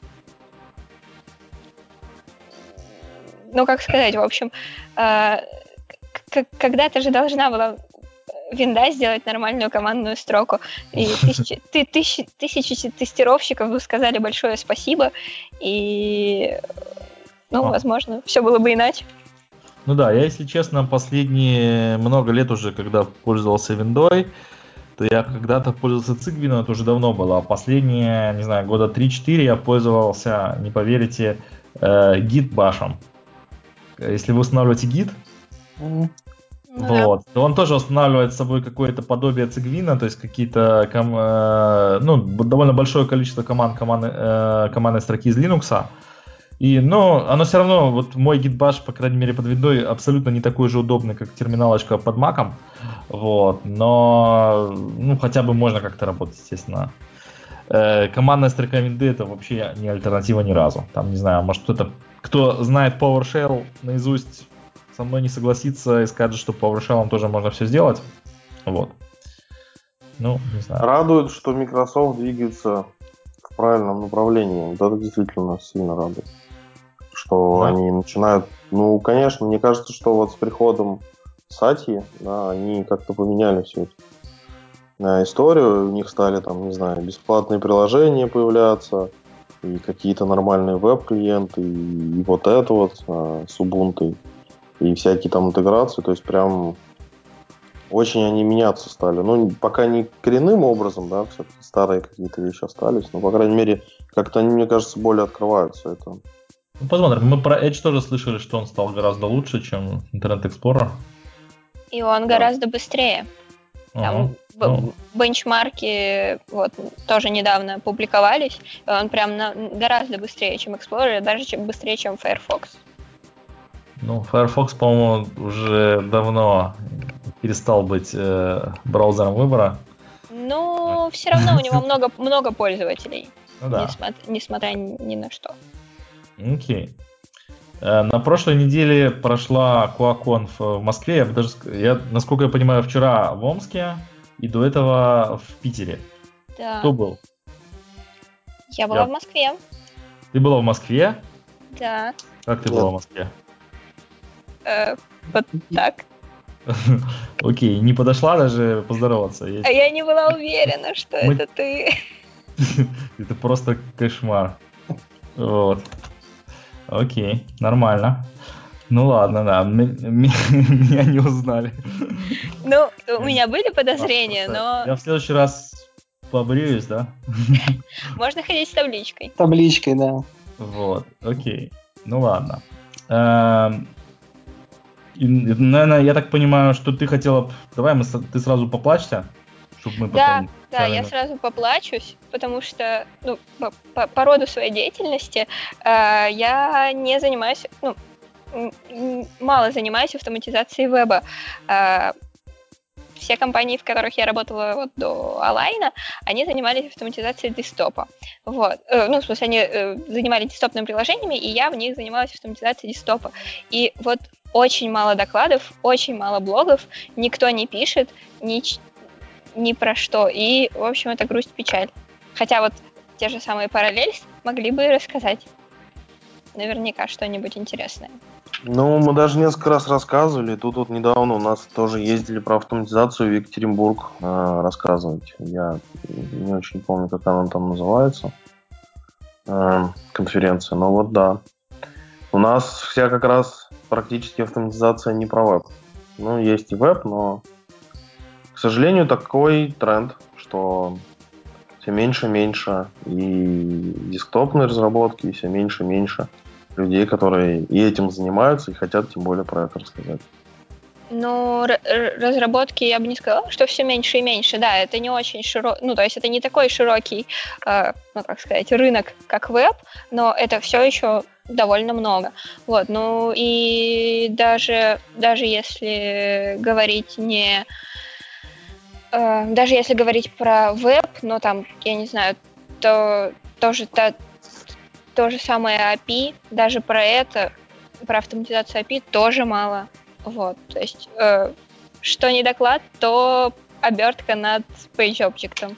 ну, как сказать, в общем, э, к- когда-то же должна была винда сделать нормальную командную строку, и тысячи, ты, тысячи, тысячи тестировщиков бы сказали большое спасибо, и, ну, А. возможно, все было бы иначе. Ну да, я, если честно, последние много лет уже, когда пользовался виндой, то я когда-то пользовался Cygwin, это уже давно было, а последние, не знаю, года три-четыре я пользовался, не поверите, э, Git башем. Если вы устанавливаете Git, Ну, вот, то он тоже устанавливает с собой какое-то подобие Cygwin, то есть какие-то, ком, э, ну, довольно большое количество команд, команд э, командной строки из Linux. И, но оно все равно, вот мой Git-bash, по крайней мере, под виндой абсолютно не такой же удобный, как терминалочка под маком. Вот, но, ну, хотя бы можно как-то работать, естественно. Э, командная строка винды это вообще не альтернатива ни разу. Там, не знаю, может кто-то, кто знает PowerShell наизусть, со мной не согласится и скажет, что PowerShell тоже можно все сделать. Вот. Ну, не знаю. Радует, что Microsoft двигается в правильном направлении. Вот это действительно нас сильно радует. Что Да. они начинают... Ну, конечно, мне кажется, что вот с приходом Сатьи, да, они как-то поменяли всю эту э, историю. У них стали там, не знаю, бесплатные приложения появляться, и какие-то нормальные веб-клиенты, и, и вот это вот э, с Ubuntu, и всякие там интеграции. То есть прям очень они меняться стали. Ну, пока не коренным образом, да, все-таки старые какие-то вещи остались, но, по крайней мере, как-то они, мне кажется, более открываются. Это... Ну, посмотрим. Мы про Edge тоже слышали, что он стал гораздо лучше, чем Internet Explorer. и он Да. гораздо быстрее. Там Ага. б- Ну, бенчмарки вот тоже недавно публиковались, и он прям на- гораздо быстрее, чем Explorer, даже чем, быстрее, чем Firefox. ну, Firefox, по-моему, уже давно перестал быть э, браузером выбора. Но все равно у него много, много пользователей, Ну да. несмотря, несмотря ни на что. Окей. Э, На прошлой неделе прошла QA-конф в Москве. Я, бы даже, ск- я, насколько я понимаю, вчера в Омске и до этого в Питере. Да, Кто был? я была Я- в Москве, Ты была в Москве? да, Как ты Нет. была в Москве? э, вот так. Окей, не подошла даже поздороваться. Я- А я не была уверена, что Мы- это ты. Это просто кошмар. Вот. Окей, нормально. Ну ладно, да, м- м- меня не узнали. Ну, у меня были подозрения, А, но я в следующий раз побреюсь, да? можно ходить с табличкой. Табличкой, да. Вот, окей. Ну ладно. Эм, и, наверное, я так понимаю, что ты хотела... б- Давай мы, с- ты сразу поплачься, чтобы мы Да, потом... да, я сами- сразу поплачусь, потому что, ну, по, по- по роду своей деятельности э, я не занимаюсь, ну, м, м, мало занимаюсь автоматизацией веба. Э, все компании, в которых я работала вот до Алайна, они занимались автоматизацией десктопа. Вот. Э, ну, в смысле, они э, занимались десктопными приложениями, и я в них занималась автоматизацией десктопа. И вот очень мало докладов, очень мало блогов, никто не пишет ни, ч- ни про что. И, в общем, это грусть, печаль. Хотя вот те же самые Parallels могли бы рассказать наверняка что-нибудь интересное. Ну, мы даже несколько раз рассказывали. Тут вот недавно у нас тоже ездили про автоматизацию в Екатеринбург э, рассказывать. Я не очень помню, как она там называется, э, конференция. Но вот да. У нас вся как раз практически автоматизация не про веб. Ну, есть и веб, но, к сожалению, такой тренд, что все меньше и меньше и десктопной разработки, и все меньше и меньше людей, которые и этим занимаются, и хотят тем более про это рассказать. Ну, р- р- разработки я бы не сказала, что все меньше и меньше. Да, это не очень широкий, ну, то есть это не такой широкий, э, ну, как сказать, рынок, как веб, но это все еще довольно много. Вот, ну и даже, даже если говорить не... э, даже если говорить про веб, но там, я не знаю, то тоже та, то же самое эй пи ай, даже про это, про автоматизацию эй пи ай тоже мало. Вот, то есть, э, что не доклад, то обертка над PageObject.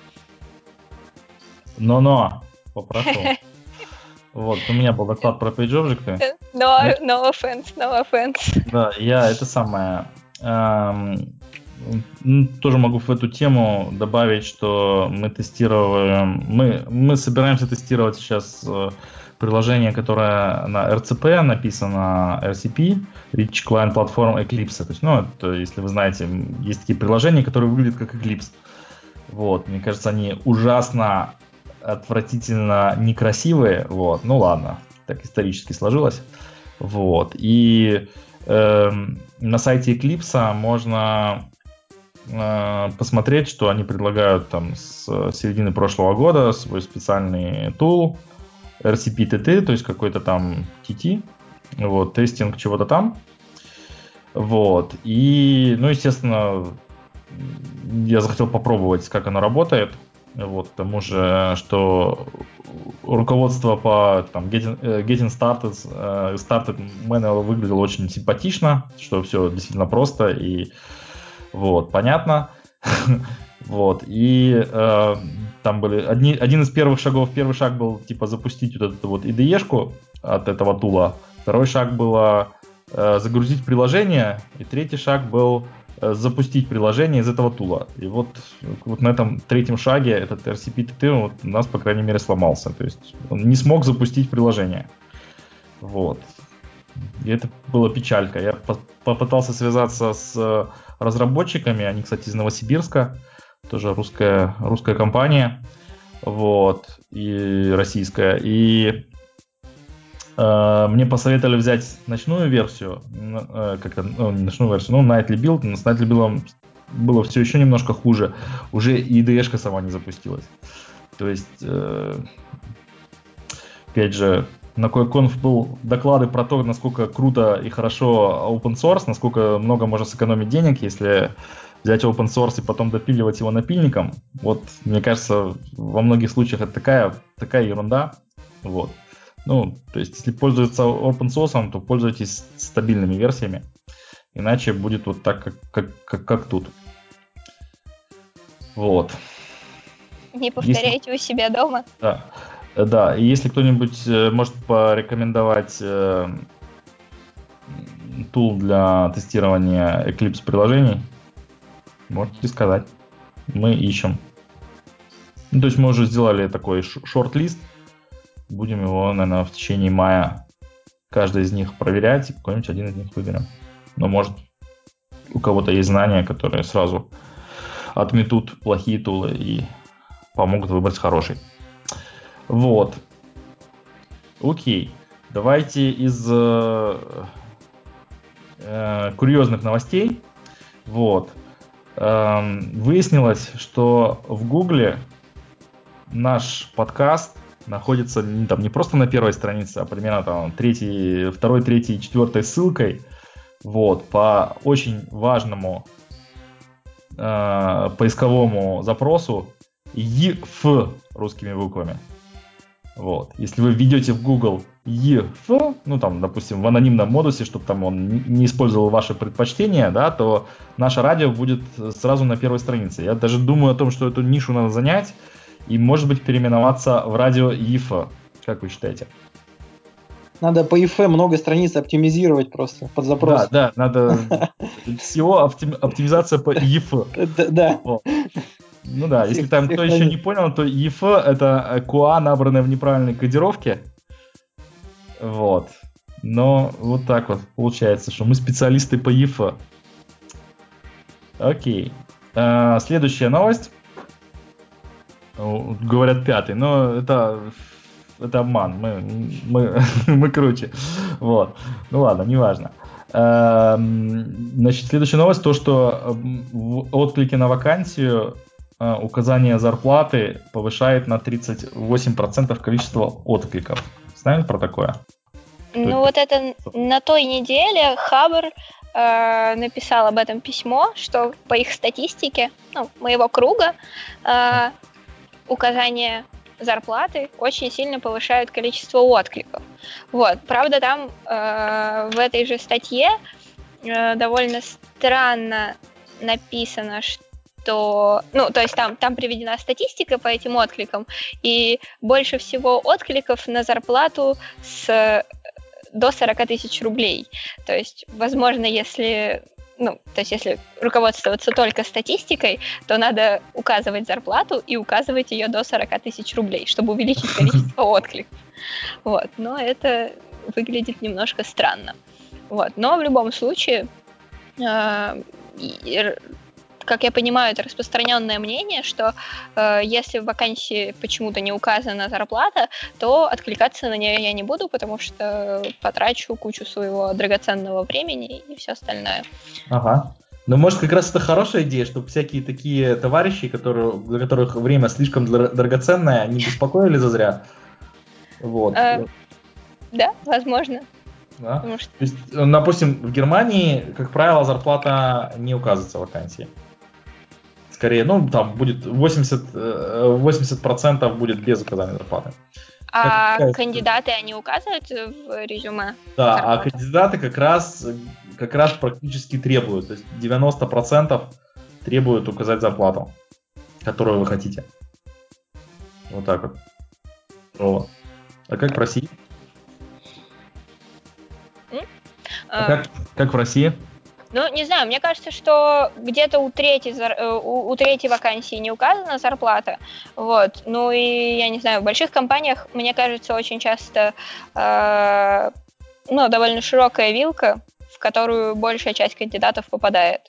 Но-но, попрошу. Вот, у меня был доклад про PageObject. No, no offense, no offense. Да, я это самое... эм, м, тоже могу в эту тему добавить, что мы тестируем... Мы, мы собираемся тестировать сейчас э, приложение, которое на эр си пи написано, эр си пи, Rich Client Platform Eclipse. То есть, ну, это, если вы знаете, м, есть такие приложения, которые выглядят как Eclipse. Вот, мне кажется, они ужасно, отвратительно некрасивые. Вот, ну ладно, так исторически сложилось. Вот, и эм, на сайте Eclipse можно э, посмотреть, что они предлагают там с середины прошлого года свой специальный тул эр си пи ти ти, то есть какой-то там ти ти, вот, тестинг чего-то там. Вот, и, ну, естественно, я захотел попробовать, как оно работает. Вот, к тому же, что руководство по там, Getting, э, getting Started, э, Started Manual выглядело очень симпатично, что все действительно просто и вот, понятно. Вот, и э, там были одни, один из первых шагов, первый шаг был типа запустить вот эту вот ай ди и-шку от этого тула, второй шаг было э, загрузить приложение, и третий шаг был э, запустить приложение из этого тула. И вот, вот на этом третьем шаге этот эр си пи ти ти вот, у нас, по крайней мере, сломался, то есть он не смог запустить приложение. Вот. И это была печалька. Я по- попытался связаться с разработчиками, они, кстати, из Новосибирска, тоже русская, русская компания, вот, и российская. И э, мне посоветовали взять ночную версию, н- э, как-то, ну, не ночную версию, ну, Nightly Build, но с Nightly Build было все еще немножко хуже. Уже и ай ди и-шка сама не запустилась. То есть, э, опять же, на KubeConf был доклады про то, насколько круто и хорошо open source, насколько много можно сэкономить денег, если взять open source и потом допиливать его напильником. Вот, мне кажется, во многих случаях это такая, такая ерунда. Вот. Ну, то есть, если пользоваться open source, то пользуйтесь стабильными версиями. Иначе будет вот так, как, как, как, как тут. Вот. Не Если... повторяйте у себя дома. Да. Да, и если кто-нибудь э, может порекомендовать э, тул для тестирования Eclipse приложений, можете сказать. Мы ищем. Ну, то есть мы уже сделали такой ш- шорт-лист. Будем его, наверное, в течение мая каждый из них проверять, и какой-нибудь один из них выберем. Ну, может. у кого-то есть знания, которые сразу отметут плохие тулы и помогут выбрать хороший. Вот. Окей. Давайте из э, э, курьезных новостей. Вот. Эм, выяснилось, что в Гугле наш подкаст находится не, там, не просто на первой странице, а примерно там третьей, второй, третьей, четвертой ссылкой. Вот, по очень важному э, поисковому запросу и эф русскими буквами. Вот. Если вы введете в Google и эф, ну там, допустим, в анонимном модусе, чтобы там он не использовал ваши предпочтения, да, то наше радио будет сразу на первой странице. Я даже думаю о том, что эту нишу надо занять и, может быть, переименоваться в радио и эф. Как вы считаете? Надо по и эф много страниц оптимизировать просто под запрос. Да, да, надо сео оптимизация по и эф. Да. Ну да, если там кто еще не понял, то и эф это кью эй, набранное в неправильной кодировке. Вот. Но вот так вот получается, что мы специалисты по и эф. Окей. А, следующая новость. Говорят пятый, но это, это обман. Мы, мы, мы круче. Вот. Ну ладно, неважно. А, значит, следующая новость, то, что в отклике на вакансию указание зарплаты повышает на тридцать восемь процентов количество откликов. Знаете про такое? Ну вот это на той неделе Хабр э, написал об этом письмо, что по их статистике, ну, моего круга, э, указание зарплаты очень сильно повышают количество откликов. Вот. Правда, там э, в этой же статье э, довольно странно написано, что то, ну, то есть там, там приведена статистика по этим откликам, и больше всего откликов на зарплату с до сорок тысяч рублей. То есть, возможно, если, ну, то есть, если руководствоваться только статистикой, то надо указывать зарплату и указывать ее до сорок тысяч рублей, чтобы увеличить количество откликов. Вот. Но это выглядит немножко странно. Вот. Но в любом случае, как я понимаю, это распространенное мнение, что э, если в вакансии почему-то не указана зарплата, то откликаться на нее я не буду, потому что потрачу кучу своего драгоценного времени и все остальное. Ага. Ну, может, как раз это хорошая идея, чтобы всякие такие товарищи, которые, для которых время слишком драгоценное, не беспокоили зазря. Вот. Э, да, возможно. Да. Что... То есть, допустим, в Германии, как правило, зарплата не указывается в вакансии. Скорее, ну, там будет восемьдесят, восемьдесят процентов будет без указания зарплаты. А как кандидаты, они указывают в резюме? Да, зарплату? А кандидаты как раз, как раз практически требуют. То есть девяносто процентов требуют указать зарплату, которую вы хотите. Вот так вот. Вот. А как в России? А как, как в России? Ну, не знаю, мне кажется, что где-то у третьей, у, у третьей вакансии не указана зарплата, вот, ну и, я не знаю, в больших компаниях, мне кажется, очень часто, э, ну, довольно широкая вилка, в которую большая часть кандидатов попадает.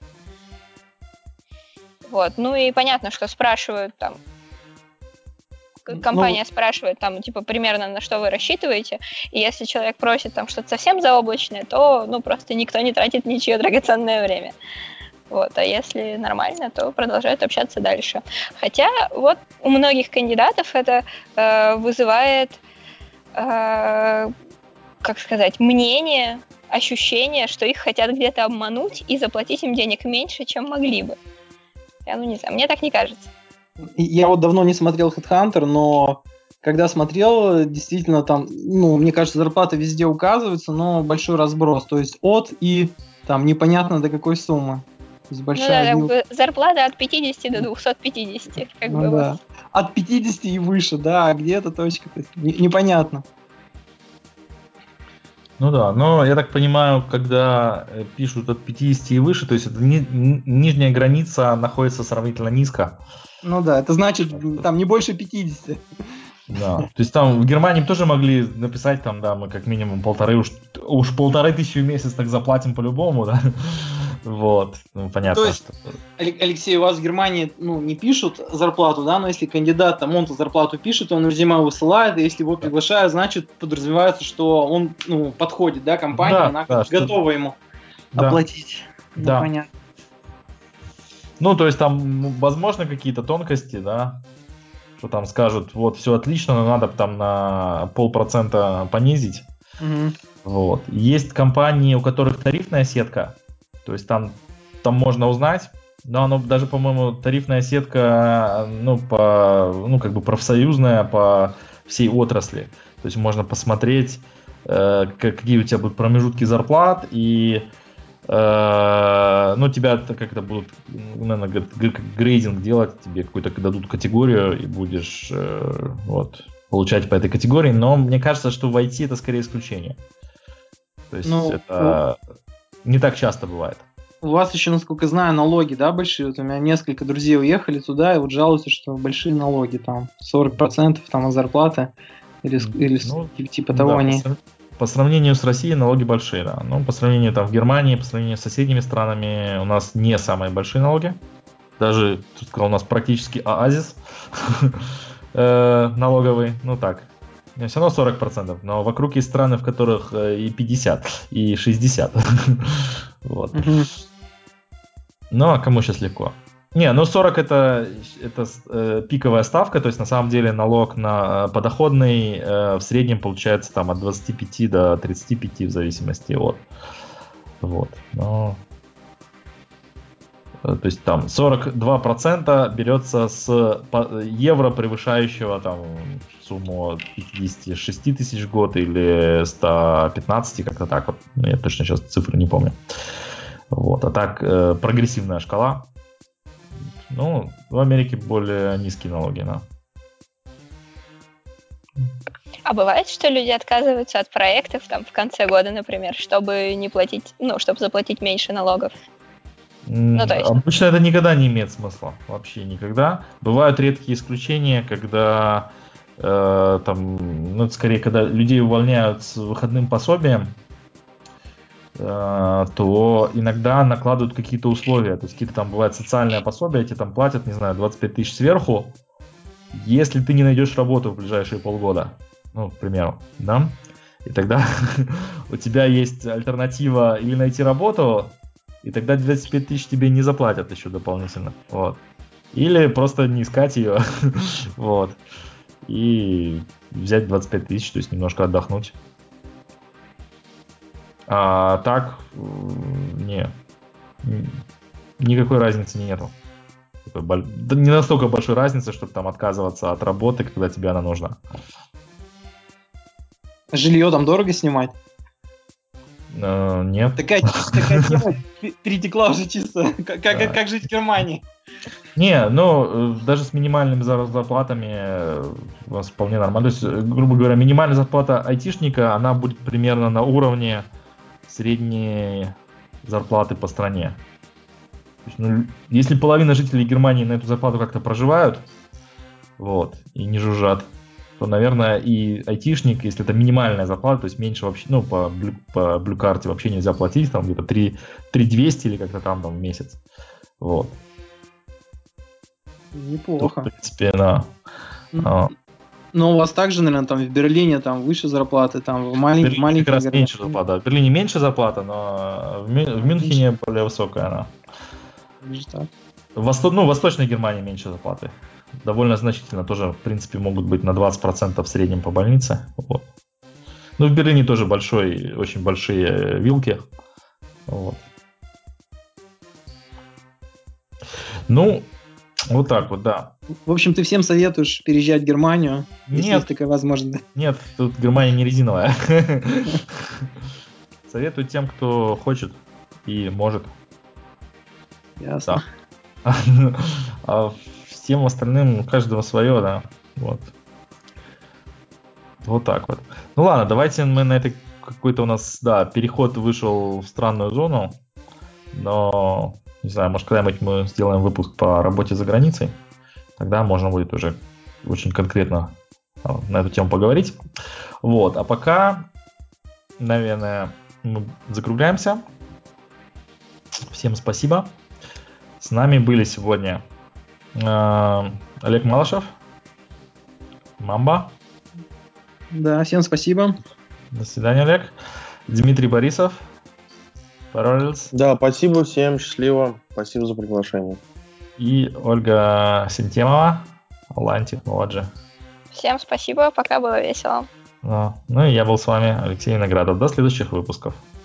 Вот, ну и понятно, что спрашивают там, компания ну, спрашивает там, типа, примерно на что вы рассчитываете, и если человек просит там что-то совсем заоблачное, то, ну, просто никто не тратит ничье драгоценное время. Вот, а если нормально, то продолжают общаться дальше. Хотя вот у многих кандидатов это э, вызывает, э, как сказать, мнение, ощущение, что их хотят где-то обмануть и заплатить им денег меньше, чем могли бы. Я, ну, не знаю, мне так не кажется. Я вот давно не смотрел HeadHunter, но когда смотрел, действительно там, ну, мне кажется, зарплата везде указывается, но большой разброс. То есть от и там непонятно до какой суммы. То есть большая ну да, вилка. Зарплата от пятидесяти до двухсот пятидесяти. Как ну, бы да. вот. От пятидесяти и выше, да, а где эта точка? То есть непонятно. Ну да, но я так понимаю, когда пишут от пятидесяти и выше, то есть это ни, нижняя граница находится сравнительно низко. Ну да, это значит там не больше пятидесяти. Да, то есть там в Германии тоже могли написать, там, да, мы как минимум полторы, уж, уж полторы тысячи в месяц так заплатим по-любому, да. Вот, ну, понятно. То есть, что... Алексей, у вас в Германии ну, не пишут зарплату, да, но если кандидат там он-то зарплату пишет, он резюме высылает, и если его приглашают, значит подразумевается, что он ну, подходит, да, компания, да, она да, готова что... ему да. оплатить. Ну, да. понятно. Ну, то есть там, возможно, какие-то тонкости, да, что там скажут, вот, все отлично, но надо там на полпроцента понизить. Угу. Вот. Есть компании, у которых тарифная сетка, то есть там, там можно узнать, но оно даже, по-моему, тарифная сетка, ну, по, ну, как бы профсоюзная по всей отрасли. То есть можно посмотреть, э, какие у тебя будут промежутки зарплат и э, ну, тебя как-то будут, наверное, грейдинг делать, тебе какую-то дадут категорию и будешь э, вот, получать по этой категории. Но мне кажется, что в ай ти это скорее исключение. То есть Ну, это не так часто бывает. У вас еще, насколько знаю, налоги, да, большие? Вот у меня несколько друзей уехали туда и вот жалуются, что большие налоги, там, сорок процентов там от зарплаты или, или ну, типа да, того по, они... срав... по сравнению с Россией налоги большие, да. Но по сравнению там в Германии, по сравнению с соседними странами у нас не самые большие налоги. Даже, тут сказал, у нас практически оазис налоговый, ну так, все равно сорок процентов, но вокруг есть страны, в которых и пятьдесят, и шестьдесят. Вот. Ну, а кому сейчас легко? Не, ну сорок это, это э, пиковая ставка, то есть на самом деле налог на подоходный э, в среднем получается там от двадцати пяти до тридцати пяти в зависимости от. Вот. Но... То есть там сорок два процента берется с евро, превышающего там сумму пятьдесят шесть тысяч в год или сто пятнадцать, как-то так вот. Я точно сейчас цифры не помню. Вот. А так э, прогрессивная шкала. Ну, в Америке более низкие налоги, да. А бывает, что люди отказываются от проектов там в конце года, например, чтобы не платить, ну, чтобы заплатить меньше налогов? Ну, то есть... Обычно это никогда не имеет смысла, вообще никогда. Бывают редкие исключения, когда э, там, ну, скорее, когда людей увольняют с выходным пособием, э, то иногда накладывают какие-то условия. То есть какие-то там бывают социальные пособия, тебе там платят, не знаю, двадцать пять тысяч сверху, если ты не найдешь работу в ближайшие полгода, ну, к примеру, да, и тогда у тебя есть альтернатива или найти работу, и тогда двадцать пять тысяч тебе не заплатят еще дополнительно, вот. Или просто не искать ее, вот, и взять двадцать пять тысяч, то есть немножко отдохнуть. А так, не, никакой разницы нету. Да не настолько большой разницы, чтобы там отказываться от работы, когда тебе она нужна. Жилье там дорого снимать? Uh, нет. Такая, такая тема перетекла уже чисто. Как, как, как жить в Германии? Не, ну, даже с минимальными зарплатами у вас вполне нормально. То есть, грубо говоря, минимальная зарплата айтишника, она будет примерно на уровне средней зарплаты по стране. То есть, ну, если половина жителей Германии на эту зарплату как-то проживают, вот, и не жужжат, то, наверное, и айтишник, если это минимальная зарплата, то есть меньше вообще, ну, по, блю, по блю-карте вообще нельзя платить, там где-то три тысячи двести или как-то там, там в месяц. Вот. Неплохо. То, в принципе, да. Но, но у вас также, наверное, там в Берлине там выше зарплаты, там в маленьких, в маленьких как раз городах. меньше зарплата. В Берлине меньше зарплата, но в, Мю... в Мюнхене меньше. Более высокая она. Так. В Восто... ну, в Восточной Германии меньше зарплаты. Довольно значительно. Тоже, в принципе, могут быть на двадцать процентов в среднем по больнице. Вот. Ну, в Берлине тоже большой, очень большие вилки. Вот. Ну, вот так вот, да. В общем, ты всем советуешь переезжать в Германию, нет, если есть такая возможность? Нет, тут Германия не резиновая. Советую тем, кто хочет и может. Ясно. Да. А всем остальным у каждого свое, да. Вот. Вот так вот. Ну ладно, давайте мы на этой какой-то у нас, да, переход вышел в странную зону. Но, не знаю, может, когда-нибудь мы сделаем выпуск по работе за границей. Тогда можно будет уже очень конкретно на эту тему поговорить. Вот, а пока, наверное, мы закругляемся. Всем спасибо. С нами были сегодня э, Олег Малышев, Мамба. Да, всем спасибо. До свидания, Олег. Дмитрий Борисов, Parallels. Да, спасибо всем, счастливо. Спасибо за приглашение. И Ольга Сентемова, Line Technology. Всем спасибо, пока было весело. Ну, ну и я был с вами, Алексей Виноградов. До следующих выпусков.